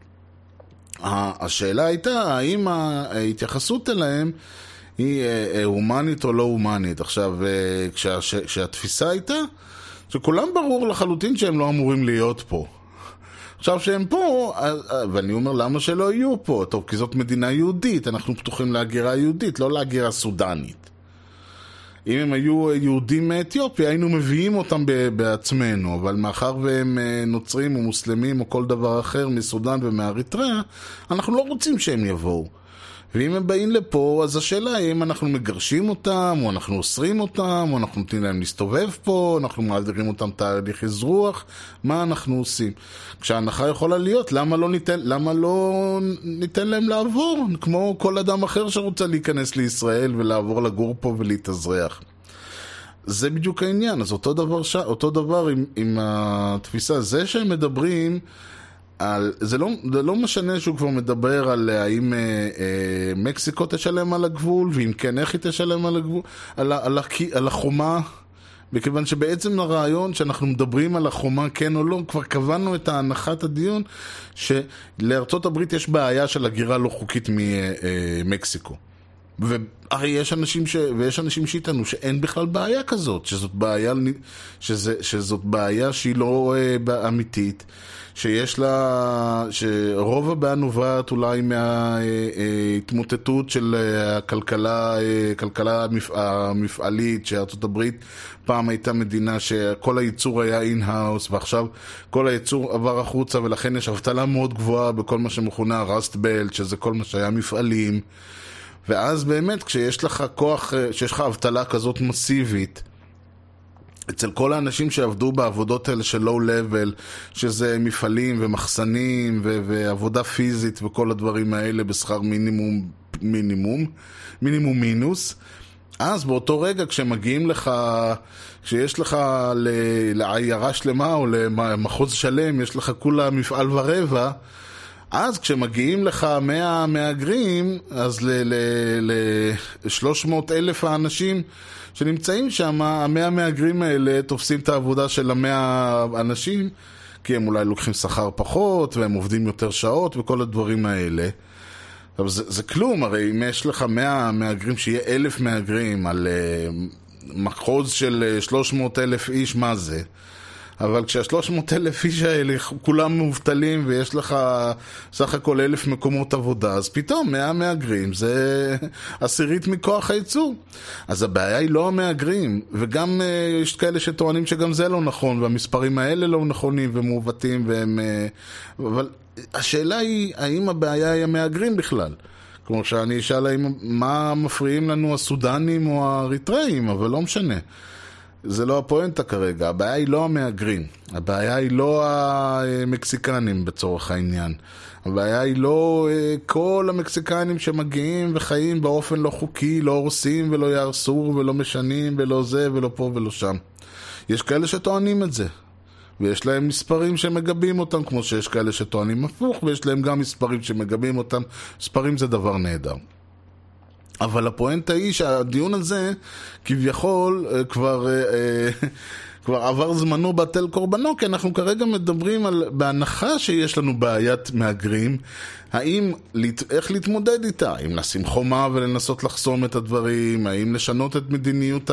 השאלה הייתה, האם ההתייחסות אליהם היא הומנית או לא הומנית. עכשיו, כשה, כשהתפיסה הייתה, שכולם ברור לחלוטין שהם לא אמורים להיות פה. עכשיו שהם פה, ואני אומר למה שלא יהיו פה? טוב, כי זאת מדינה יהודית, אנחנו פתוחים להגירה יהודית, לא להגירה סודנית. אם הם היו יהודים מאתיופיה, היינו מביאים אותם בעצמנו, אבל מאחר והם נוצרים או מוסלמים או כל דבר אחר מסודן ומאריתריאה, אנחנו לא רוצים שהם יבואו. ואם הם באים לפה, אז השאלה היא אם אנחנו מגרשים אותם, או אנחנו אוסרים אותם, או אנחנו נותנים להם להסתובב פה, אנחנו מעבירים אותם תהליך אזרוח, מה אנחנו עושים? כשההנחה יכולה להיות, למה לא ניתן, למה לא ניתן להם לעבור, כמו כל אדם אחר שרוצה להיכנס לישראל ולעבור לגור פה ולהתאזרח? זה בדיוק העניין. אז אותו דבר, ש... אותו דבר עם, עם התפיסה, זה שהם מדברים על, זה לא, זה לא משנה שהוא כבר מדבר על האם אה, אה, מקסיקו תשלם על הגבול, ואם כן איך היא תשלם על הגבול, על, על, על, על החומה, מכיוון שבעצם הרעיון שאנחנו מדברים על החומה כן או לא, כבר קבענו את ההנחת הדיון שלארצות הברית יש בעיה של הגירה לא חוקית ממקסיקו. והרי יש אנשים ש... ויש אנשים שאיתנו שאין בכלל בעיה כזאת, שזאת בעיה, שזה... שזאת בעיה שהיא לא uh, אמיתית, שיש לה, שרוב הבעיה נובעת אולי מההתמוטטות של הכלכלה, כלכלה המפעלית, שארצות הברית פעם הייתה מדינה שכל הייצור היה אין-האוס, ועכשיו כל הייצור עבר החוצה, ולכן יש אבטלה מאוד גבוהה בכל מה שמכונה רסט בלט, שזה כל מה שהיה מפעלים. ואז באמת כשיש לך כוח, כשיש לך אבטלה כזאת מסיבית, אצל כל האנשים שעבדו בעבודות האלה של לואו לבל, שזה מפעלים ומחסנים ו- ועבודה פיזית וכל הדברים האלה בשכר מינימום, מינימום, מינימום מינוס, אז באותו רגע כשמגיעים לך, כשיש לך לעיירה שלמה או למחוז שלם, יש לך כולה מפעל ורבע, אז כשמגיעים לך מאה מהגרים, אז ל-שלוש מאות אלף האנשים שנמצאים שם, המאה מהגרים האלה תופסים את העבודה של המאה אנשים, כי הם אולי לוקחים שכר פחות, והם עובדים יותר שעות וכל הדברים האלה. אבל זה, זה כלום, הרי אם יש לך מאה מהגרים, שיהיה אלף מהגרים על uh, מחוז של שלוש מאות אלף איש, מה זה? אבל כשה-שלוש מאות אלף איש האלה כולם מובטלים ויש לך סך הכל אלף מקומות עבודה, אז פתאום מאה מהגרים זה עשירית מכוח הייצור. אז הבעיה היא לא המהגרים, וגם uh, יש כאלה שטוענים שגם זה לא נכון, והמספרים האלה לא נכונים ומעוותים, והם, uh, אבל השאלה היא האם הבעיה היא המהגרים בכלל. כמו שאני אשאל האם, מה מפריעים לנו הסודנים או האריתראים, אבל לא משנה. זה לא הפואנטה כרגע, הבעיה היא לא המהגרים, הבעיה היא לא המקסיקנים בצורך העניין, הבעיה היא לא כל המקסיקנים שמגיעים וחיים באופן לא חוקי, לא הורסים ולא יהרסו ולא משנים ולא זה ולא פה ולא שם. יש כאלה שטוענים את זה, ויש להם מספרים שמגבים אותם, כמו שיש כאלה שטוענים הפוך, ויש להם גם מספרים שמגבים אותם. מספרים זה דבר נהדר. אבל הפואנטה היא שהדיון הזה כביכול כבר, כבר עבר זמנו בטל קורבנו, כי אנחנו כרגע מדברים על, בהנחה שיש לנו בעיית מהגרים, האם, איך להתמודד איתה? האם לשים חומה ולנסות לחסום את הדברים? האם לשנות את מדיניות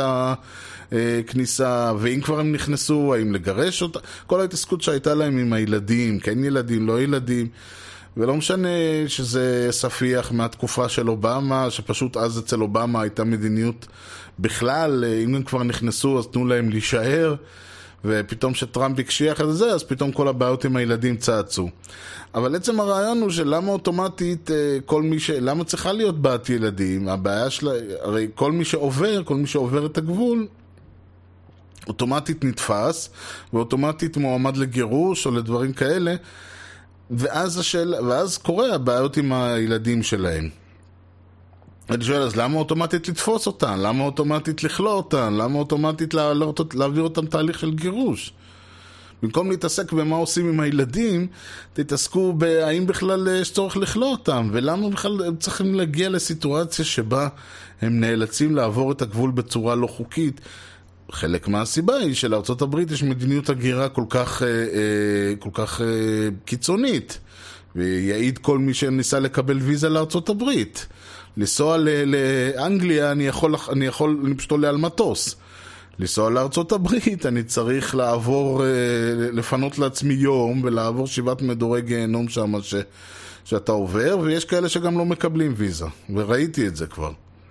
הכניסה? ואם כבר הם נכנסו, האם לגרש אותה? כל ההתעסקות שהייתה להם עם הילדים, כן ילדים, לא ילדים, ולא משנה שזה ספיח מהתקופה של אובמה, שפשוט אז אצל אובמה הייתה מדיניות בכלל, אם הם כבר נכנסו אז תנו להם להישאר, ופתאום שטראמפ הקשיח את זה, אז פתאום כל הבעיות עם הילדים צעצו. אבל עצם הרעיון הוא שלמה אוטומטית כל מי ש... למה צריכה להיות בת ילדים? הבעיה שלה, הרי כל מי שעובר, כל מי שעובר את הגבול, אוטומטית נתפס, ואוטומטית מועמד לגירוש או לדברים כאלה, ואז, השאל, ואז קורה הבעיות עם הילדים שלהם. אני שואל, אז למה אוטומטית לתפוס אותן? למה אוטומטית לכלוא אותן? למה אוטומטית להעלות, להעביר אותם תהליך של גירוש? במקום להתעסק במה עושים עם הילדים, תתעסקו בהאם בכלל יש צורך לכלוא אותם, ולמה בכלל הם צריכים להגיע לסיטואציה שבה הם נאלצים לעבור את הגבול בצורה לא חוקית. חלק מהסיבה היא שלארצות הברית יש מדיניות הגירה כל כך, אה, אה, כל כך אה, קיצונית, ויעיד כל מי שניסה לקבל ויזה לארצות הברית. לנסוע לאנגליה אני יכול, אני יכול, אני פשוט עולה על מטוס. לנסוע לארצות הברית אני צריך לעבור, אה, לפנות לעצמי יום ולעבור שבעת מדורי גיהנום שם ש, שאתה עובר, ויש כאלה שגם לא מקבלים ויזה, וראיתי את זה כבר.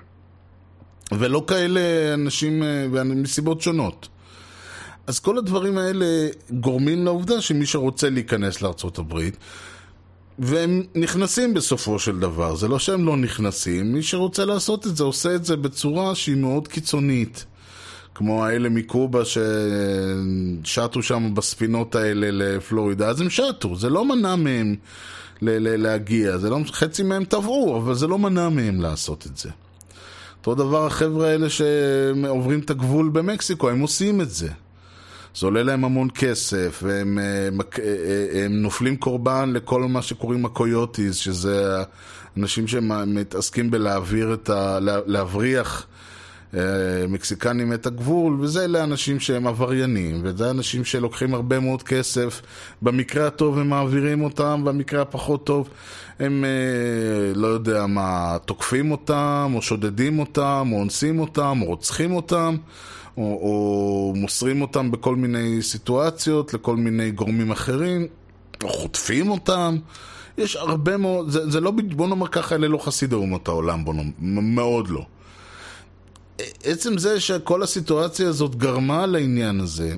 ולא כאלה אנשים מסיבות שונות. אז כל הדברים האלה גורמים לעובדה שמי שרוצה להיכנס לארצות הברית, והם נכנסים בסופו של דבר, זה לא שהם לא נכנסים, מי שרוצה לעשות את זה עושה את זה בצורה שהיא מאוד קיצונית, כמו האלה מקובה ששטו שם בספינות האלה לפלורידה, אז הם שטו, זה לא מנע מהם להגיע, זה לא, חצי מהם טבעו, אבל זה לא מנע מהם לעשות את זה. אותו דבר החבר'ה האלה שעוברים את הגבול במקסיקו, הם עושים את זה. זה עולה להם המון כסף, והם הם נופלים קורבן לכל מה שקוראים הקויוטיז, שזה אנשים שמתעסקים בלהעביר את ה... להבריח מקסיקנים את הגבול, וזה אלה אנשים שהם עבריינים, וזה אנשים שלוקחים הרבה מאוד כסף, במקרה הטוב הם מעבירים אותם, במקרה הפחות טוב הם לא יודע מה, תוקפים אותם, או שודדים אותם, או אונסים אותם, או רוצחים אותם, או, או מוסרים אותם בכל מיני סיטואציות, לכל מיני גורמים אחרים, או חוטפים אותם. יש הרבה מאוד, זה, זה לא, בוא נאמר ככה, אלה לא חסידי אומות העולם, בוא נאמר, מאוד לא. עצם זה שכל הסיטואציה הזאת גרמה לעניין הזה,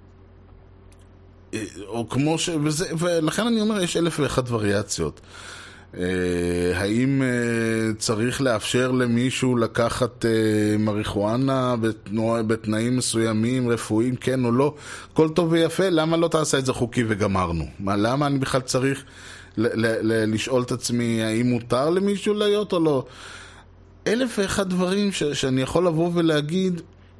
או כמו ש... וזה, ולכן אני אומר, יש אלף ואחת וריאציות. האם צריך לאפשר למישהו לקחת מריחואנה בתנאים מסוימים, רפואיים, כן או לא? כל טוב ויפה, למה לא תעשה את זה חוקי וגמרנו? מה, למה אני בכלל צריך ל- ל- ל- לשאול את עצמי האם מותר למישהו להיות או לא? אלף ואחד דברים ש- שאני יכול לבוא ולהגיד,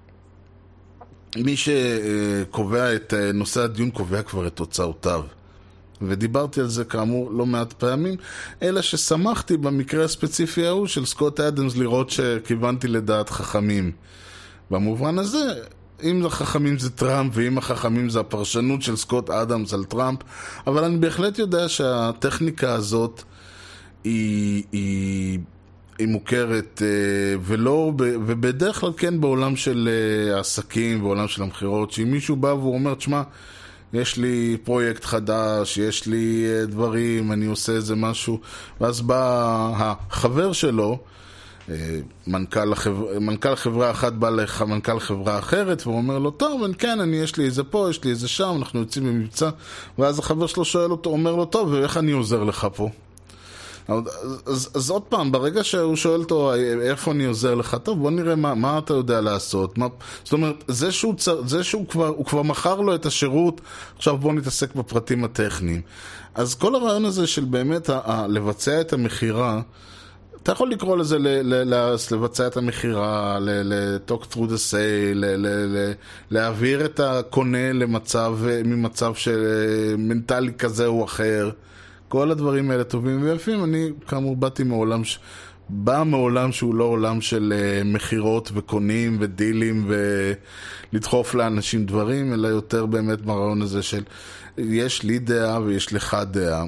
מי שקובע את נושא הדיון קובע כבר את תוצאותיו. ודיברתי על זה כאמור לא מעט פעמים, אלא ששמחתי במקרה הספציפי ההוא של סקוט אדמס לראות שכיוונתי לדעת חכמים. במובן הזה, אם החכמים זה טראמפ, ואם החכמים זה הפרשנות של סקוט אדמס על טראמפ, אבל אני בהחלט יודע שהטכניקה הזאת היא, היא, היא מוכרת, ולא, ובדרך כלל כן בעולם של העסקים, בעולם של המחירות, שאם מישהו בא והוא אומר, תשמע, יש לי פרויקט חדש, יש לי דברים, אני עושה איזה משהו, ואז בא החבר שלו, מנכ"ל החברה, מנכ"ל חברה אחת בא למנכ"ל חברה אחרת, והוא אומר לו, טוב, כן, אני, יש לי איזה פה, יש לי איזה שם, אנחנו יוצאים במבצע, ואז החבר שלו שואל אותו, אומר לו, טוב, ואיך אני עוזר לך פה? אז, אז, אז עוד פעם, ברגע שהוא שואל אותו איפה אני עוזר לך, טוב, בוא נראה מה, מה אתה יודע לעשות. מה, זאת אומרת, זה שהוא, זה שהוא כבר, הוא כבר מכר לו את השירות, עכשיו בוא נתעסק בפרטים הטכניים. אז כל הרעיון הזה של באמת ה, ה, לבצע את המחירה, אתה יכול לקרוא לזה ל, ל, ל, לבצע את המחירה, ל-talk through the sale, ל, ל, ל, להעביר את הקונה למצב, ממצב של מנטלי כזה או אחר. כל הדברים האלה טובים ויפים. אני כאמור באתי מעולם, ש... בא מעולם שהוא לא עולם של uh, מחירות וקונים ודילים ולדחוף לאנשים דברים, אלא יותר באמת ברעיון הזה של יש לי דעה ויש לך דעה,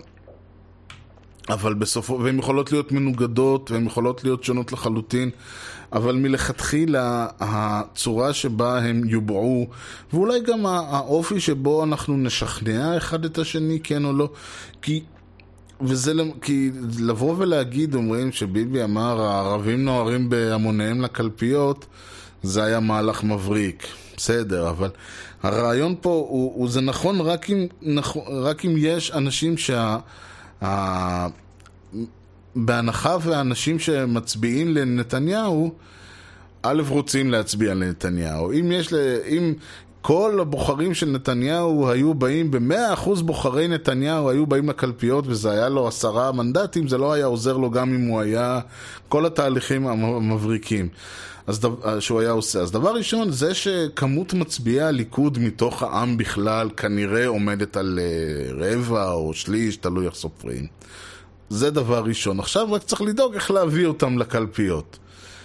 אבל בסופו, והן יכולות להיות מנוגדות והן יכולות להיות שונות לחלוטין, אבל מלכתחילה הצורה שבה הם יובעו, ואולי גם האופי שבו אנחנו נשכנע אחד את השני כן או לא, כי וזה כי לבוא ולהגיד, אומרים שביבי אמר הערבים נוהרים בהמוניהם לקלפיות, זה היה מהלך מבריק, בסדר, אבל הרעיון פה הוא, הוא זה נכון רק אם, רק אם יש אנשים שה ה, בהנחה והאנשים שמצביעים לנתניהו א' רוצים להצביע לנתניהו. אם יש ל... אם כל הבוחרים של נתניהו היו באים, ב-מאה אחוז בוחרי נתניהו היו באים לקלפיות, וזה היה לו עשרה מנדטים, זה לא היה עוזר לו גם אם הוא היה, כל התהליכים המבריקים אז דבר, שהוא היה עושה. אז דבר ראשון, זה שכמות מצביעי הליכוד מתוך העם בכלל כנראה עומדת על רבע או שליש, תלוי איך סופרים. זה דבר ראשון. עכשיו רק צריך לדאוג איך להביא אותם לקלפיות.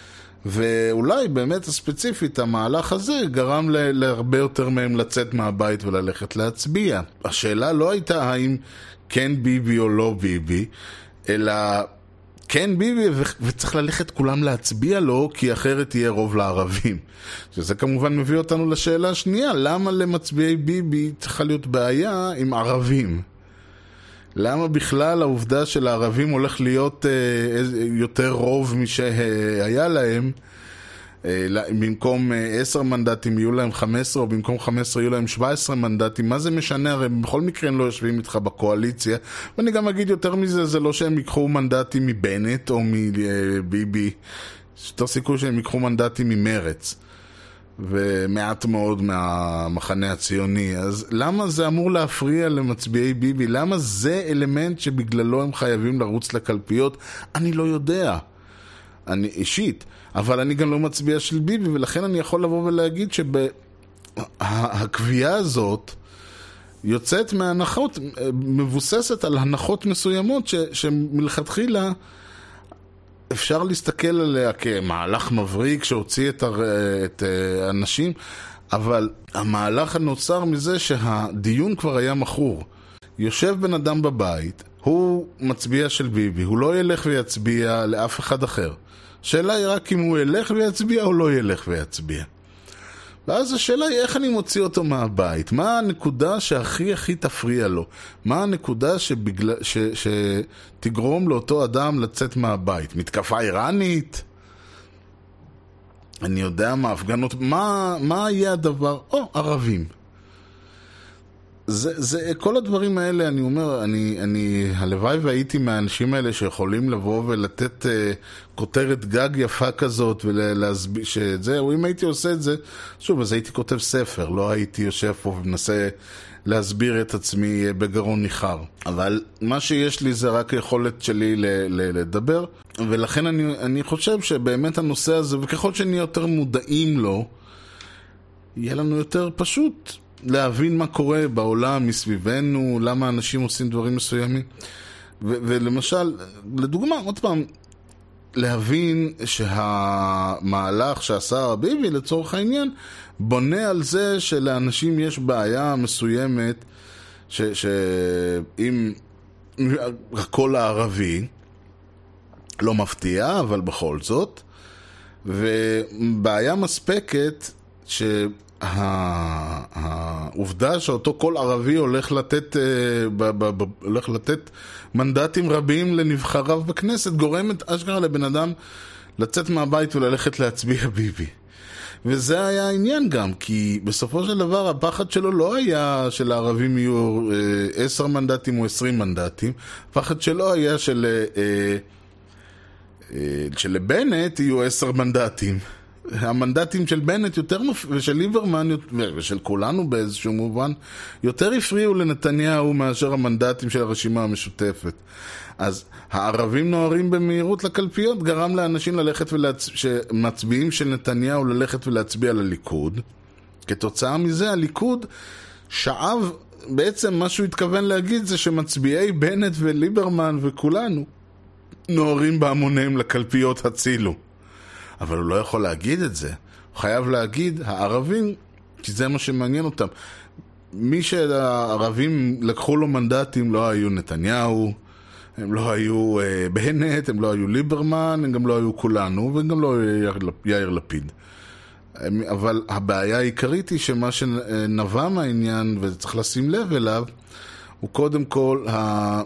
ואולי באמת הספציפית המהלך הזה גרם להרבה יותר מהם לצאת מהבית וללכת להצביע. השאלה לא הייתה האם כן ביבי או לא ביבי, אלא כן ביבי ו- וצריך ללכת כולם להצביע לו, כי אחרת יהיה רוב לערבים. שזה כמובן מביא אותנו לשאלה השנייה, למה למצביעי ביבי צריכה להיות בעיה עם ערבים? למה בכלל העובדה של הערבים הולך להיות אה, יותר רוב משהיה להם, במקום עשר מנדטים יהיו להם חמש עשרה, או במקום חמש עשרה יהיו להם שבע עשרה מנדטים, מה זה משנה? הרי בכל מקרה הם לא יושבים איתך בקואליציה, ואני גם אגיד יותר מזה, זה לא שהם ייקחו מנדטים מבנט או מביבי, יש יותר סיכוי שהם ייקחו מנדטים ממרץ, ומעט מאוד מהמחנה הציוני. אז למה זה אמור להפריע למצביעי ביבי? למה זה אלמנט שבגללו הם חייבים לרוץ לקלפיות? אני לא יודע, אני אישית, אבל אני גם לא מצביע של ביבי, ולכן אני יכול לבוא ולהגיד שהקביעה הזאת יוצאת מהנחות, מבוססת על הנחות מסוימות ש, שמלכתחילה אפשר להסתכל עליה כמהלך מבריק שהוציא את, הר... את האנשים, אבל המהלך הנוצר מזה שהדיון כבר היה מכור. יושב בן אדם בבית, הוא מצביע של ביבי, הוא לא ילך ויצביע לאף אחד אחר. השאלה היא רק אם הוא ילך ויצביע או לא ילך ויצביע. ואז השאלה היא איך אני מוציא אותו מהבית. מה הנקודה שהכי הכי תפריע לו? מה הנקודה שבגלל, ש, שתגרום לאותו אדם לצאת מהבית? מתקפה איראנית? אני יודע מה, הפגנות, מה, מה יהיה הדבר? או, ערבים. זה, זה, כל הדברים האלה, אני אומר, אני, אני, הלוואי והייתי מהאנשים האלה שיכולים לבוא ולתת uh, כותרת גג יפה כזאת ולהסביר שזה, או אם הייתי עושה את זה, שוב, אז הייתי כותב ספר, לא הייתי יושב פה ומנסה להסביר את עצמי בגרון ניחר. אבל מה שיש לי זה רק יכולת שלי ל, ל, לדבר, ולכן אני, אני חושב שבאמת הנושא הזה, וככל שנהיה יותר מודעים לו, יהיה לנו יותר פשוט להבין מה קורה בעולם מסביבנו, למה אנשים עושים דברים מסוימים. ו- ולמשל, לדוגמה, עוד פעם, להבין שהמהלך שעשה ביבי לצורך העניין, בונה על זה שלאנשים יש בעיה מסוימת, ש- שאם הכל הערבי, לא מפתיע, אבל בכל זאת, ובעיה מספקת ש... העובדה שאותו כל ערבי הולך לתת, הולך לתת מנדטים רבים לנבחריו בכנסת, גורמת אשכרה לבן אדם לצאת מהבית וללכת להצביע ביבי. וזה היה העניין גם, כי בסופו של דבר הפחד שלו לא היה של הערבים יהיו עשר מנדטים או עשרים מנדטים, הפחד שלו היה של שלבנט יהיו עשר מנדטים. המנדטים של בנט יותר מפ... ושל ליברמן ושל כולנו באיזשהו מובן יותר הפריעו לנתניהו מאשר המנדטים של הרשימה המשותפת. אז הערבים נוערים במהירות לקלפיות גרם לאנשים ללכת ולהצ... שמצביעים של נתניהו ללכת ולהצביע לליכוד. כתוצאה מזה הליכוד שאב, בעצם מה שהוא התכוון להגיד זה שמצביעי בנט וליברמן וכולנו נוערים בהמוניהם לקלפיות הצילו. אבל הוא לא יכול להגיד את זה. הוא חייב להגיד, הערבים, כי זה מה שמעניין אותם. מי שהערבים לקחו לו מנדטים לא היו נתניהו, הם לא היו אה, בנט, הם לא היו ליברמן, הם גם לא היו כולנו, והם גם לא היו יאיר לפיד. אבל הבעיה העיקרית היא שמה שנבע מהעניין, וצריך לשים לב אליו, הוא קודם כל ה...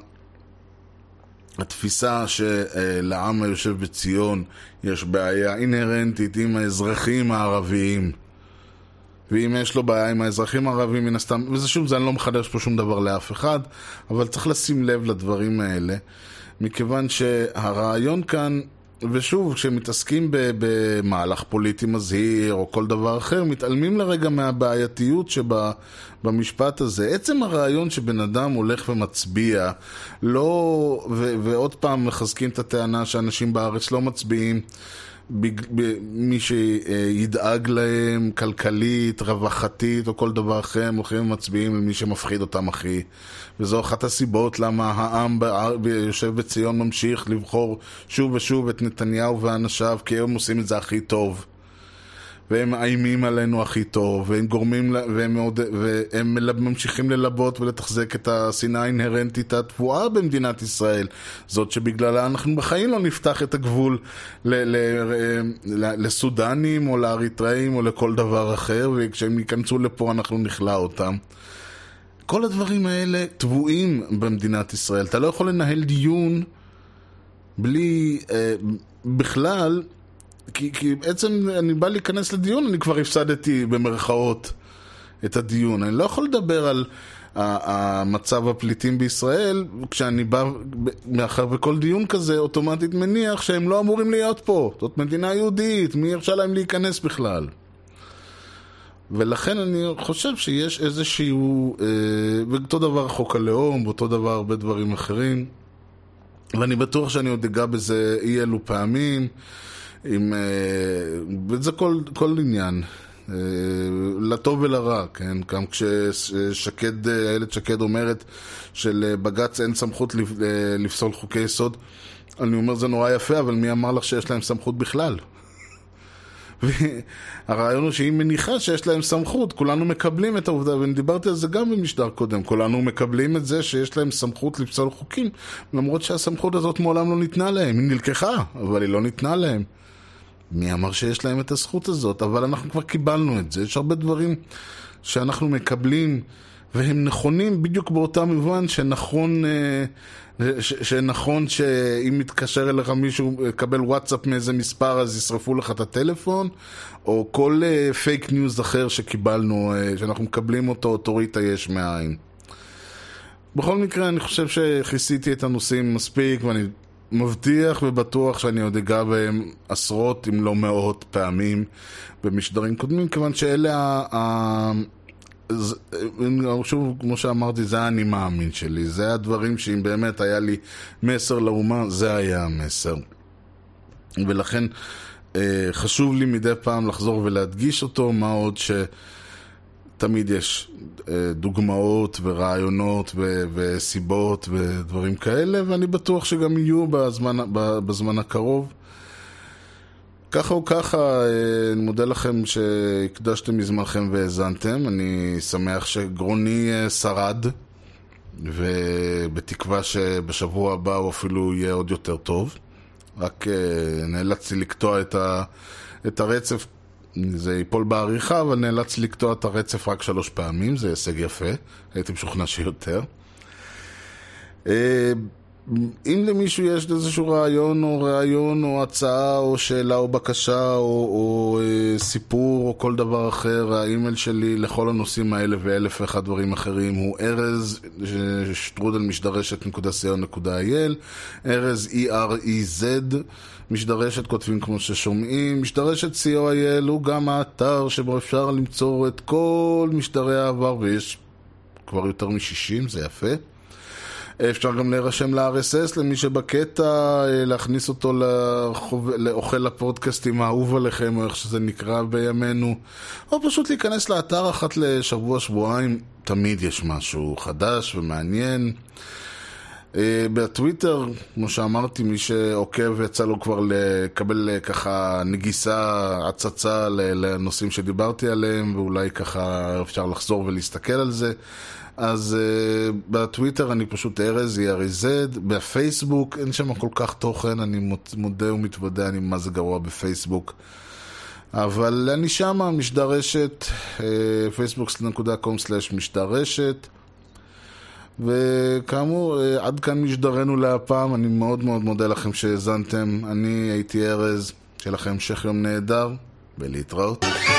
התפיסה שלעם היושב בציון יש בעיה אינהרנטית עם האזרחים הערביים, ואם יש לו בעיה עם האזרחים הערביים מן הסתם, וזה שוב, זה אני לא מחדש פה שום דבר לאף אחד, אבל צריך לשים לב לדברים האלה, מכיוון שהרעיון כאן, ושוב, כשמתעסקים במהלך פוליטי מזהיר או כל דבר אחר, מתעלמים לרגע מהבעייתיות שבמשפט הזה. עצם הרעיון שבן אדם הולך ומצביע, לא, ו, ועוד פעם מחזקים את הטענה שאנשים בארץ לא מצביעים, מי שידאג להם כלכלית, רווחתית או כל דבר אחר, הם הולכים ומצביעים למי שמפחיד אותם הכי. וזו אחת הסיבות למה העם יושב בציון ממשיך לבחור שוב ושוב את נתניהו ואנשיו, כי הם עושים את זה הכי טוב. והם מאיימים עלינו הכי טוב, והם גורמים, והם, מאוד, והם ממשיכים ללבות ולתחזק את השנאה האינהרנטית התבואה במדינת ישראל. זאת שבגללה אנחנו בחיים לא נפתח את הגבול ל, ל, ל, לסודנים או לאריתראים או לכל דבר אחר, וכשהם ייכנסו לפה אנחנו נכלה אותם. כל הדברים האלה טבועים במדינת ישראל. אתה לא יכול לנהל דיון בלי, אה, בכלל, כי, כי בעצם אני בא להיכנס לדיון, אני כבר הפסדתי במרכאות את הדיון. אני לא יכול לדבר על המצב הפליטים בישראל, כשאני בא, מאחר בכל דיון כזה, אוטומטית מניח שהם לא אמורים להיות פה. זאת מדינה יהודית, מי הרשה להם להיכנס בכלל? ולכן אני חושב שיש איזשהו, אה, ואותו דבר חוק הלאום, ואותו דבר הרבה דברים אחרים, ואני בטוח שאני עוד אגע בזה אי אלו פעמים, עם, אה, וזה כל, כל עניין. לטוב ולרע, כן? גם כששקד, איילת שקד אומרת שלבג"ץ אין סמכות לפסול חוקי יסוד, אני אומר זה נורא יפה, אבל מי אמר לך שיש להם סמכות בכלל? והרעיון הוא שהיא מניחה שיש להם סמכות, כולנו מקבלים את העובדה, ואני דיברתי על זה גם במשדר קודם, כולנו מקבלים את זה שיש להם סמכות לפסול חוקים, למרות שהסמכות הזאת מעולם לא ניתנה להם, היא נלקחה, אבל היא לא ניתנה להם. מי אמר שיש להם את הזכות הזאת? אבל אנחנו כבר קיבלנו את זה. יש הרבה דברים שאנחנו מקבלים, והם נכונים בדיוק באותה מובן שנכון, ש, שנכון שאם מתקשר אליך מישהו, קבל וואטסאפ מאיזה מספר, אז ישרפו לך את הטלפון, או כל פייק ניוז אחר שקיבלנו, שאנחנו מקבלים אותו, תוריד היש מהעין. בכל מקרה, אני חושב שכיסיתי את הנושאים מספיק, ואני מבטיח ובטוח שאני עוד אגע בהם עשרות אם לא מאות פעמים במשדרים קודמים, כיוון שאלה ה... שוב, כמו שאמרתי, זה אני מאמין שלי, זה הדברים שאם באמת היה לי מסר לאומה, זה היה המסר. ולכן חשוב לי מדי פעם לחזור ולהדגיש אותו, מה עוד ש... תמיד יש דוגמאות ורעיונות ו- וסיבות ודברים כאלה, ואני בטוח שגם יהיו בזמן, בזמן הקרוב. ככה או ככה, אני מודה לכם שהקדשתם מזמנכם והזנתם. אני שמח שגרוני שרד, ובתקווה שבשבוע הבא הוא אפילו יהיה עוד יותר טוב. רק נאלצתי לקטוע את, ה- את הרצף, זה ייפול בעריכה, אבל נאלץ לקטוע את הרצף רק שלוש פעמים, זה הישג יפה, הייתי משוכנע שיותר. אם למישהו יש איזשהו רעיון או רעיון או הצעה או שאלה או בקשה או, או סיפור או כל דבר אחר, האימייל שלי לכל הנושאים האלה ואלף ואחד דברים אחרים הוא ארז שטרודל משדרשת נקודה סי או נקודה איי אל, ארז E R E Z, משדרשת כותבים כמו ששומעים. משדרשת סי או איי אל הוא גם האתר שבו אפשר למצוא את כל משדרי העבר, ויש כבר יותר מ-שישים, זה יפה. אפשר גם להירשם ל-אר אס אס למי שבקטע, להכניס אותו לחוב... לאוכל הפודקאסטים האהוב עליכם, או איך שזה נקרא בימינו, או פשוט להיכנס לאתר אחת לשבוע, שבועיים, תמיד יש משהו חדש ומעניין. בטוויטר, כמו שאמרתי, מי שעוקב יצא לו כבר לקבל ככה נגיסה, הצצה לנושאים שדיברתי עליהם, ואולי ככה אפשר לחזור ולהסתכל על זה. אז uh, בטוויטר אני פשוט ארז, E R E Z, בפייסבוק אין שם כל כך תוכן, אני מודה ומתוודע, אני מה זה גרוע בפייסבוק, אבל אני שם, משדרשת, פייסבוק דוט קום סלאש משדרשת, וכאמור, uh, עד כאן משדרנו להפעם, אני מאוד מאוד מודה לכם שהזנתם, אני הייתי ארז, שיהיה לכם המשך יום נהדר, ולהתראות.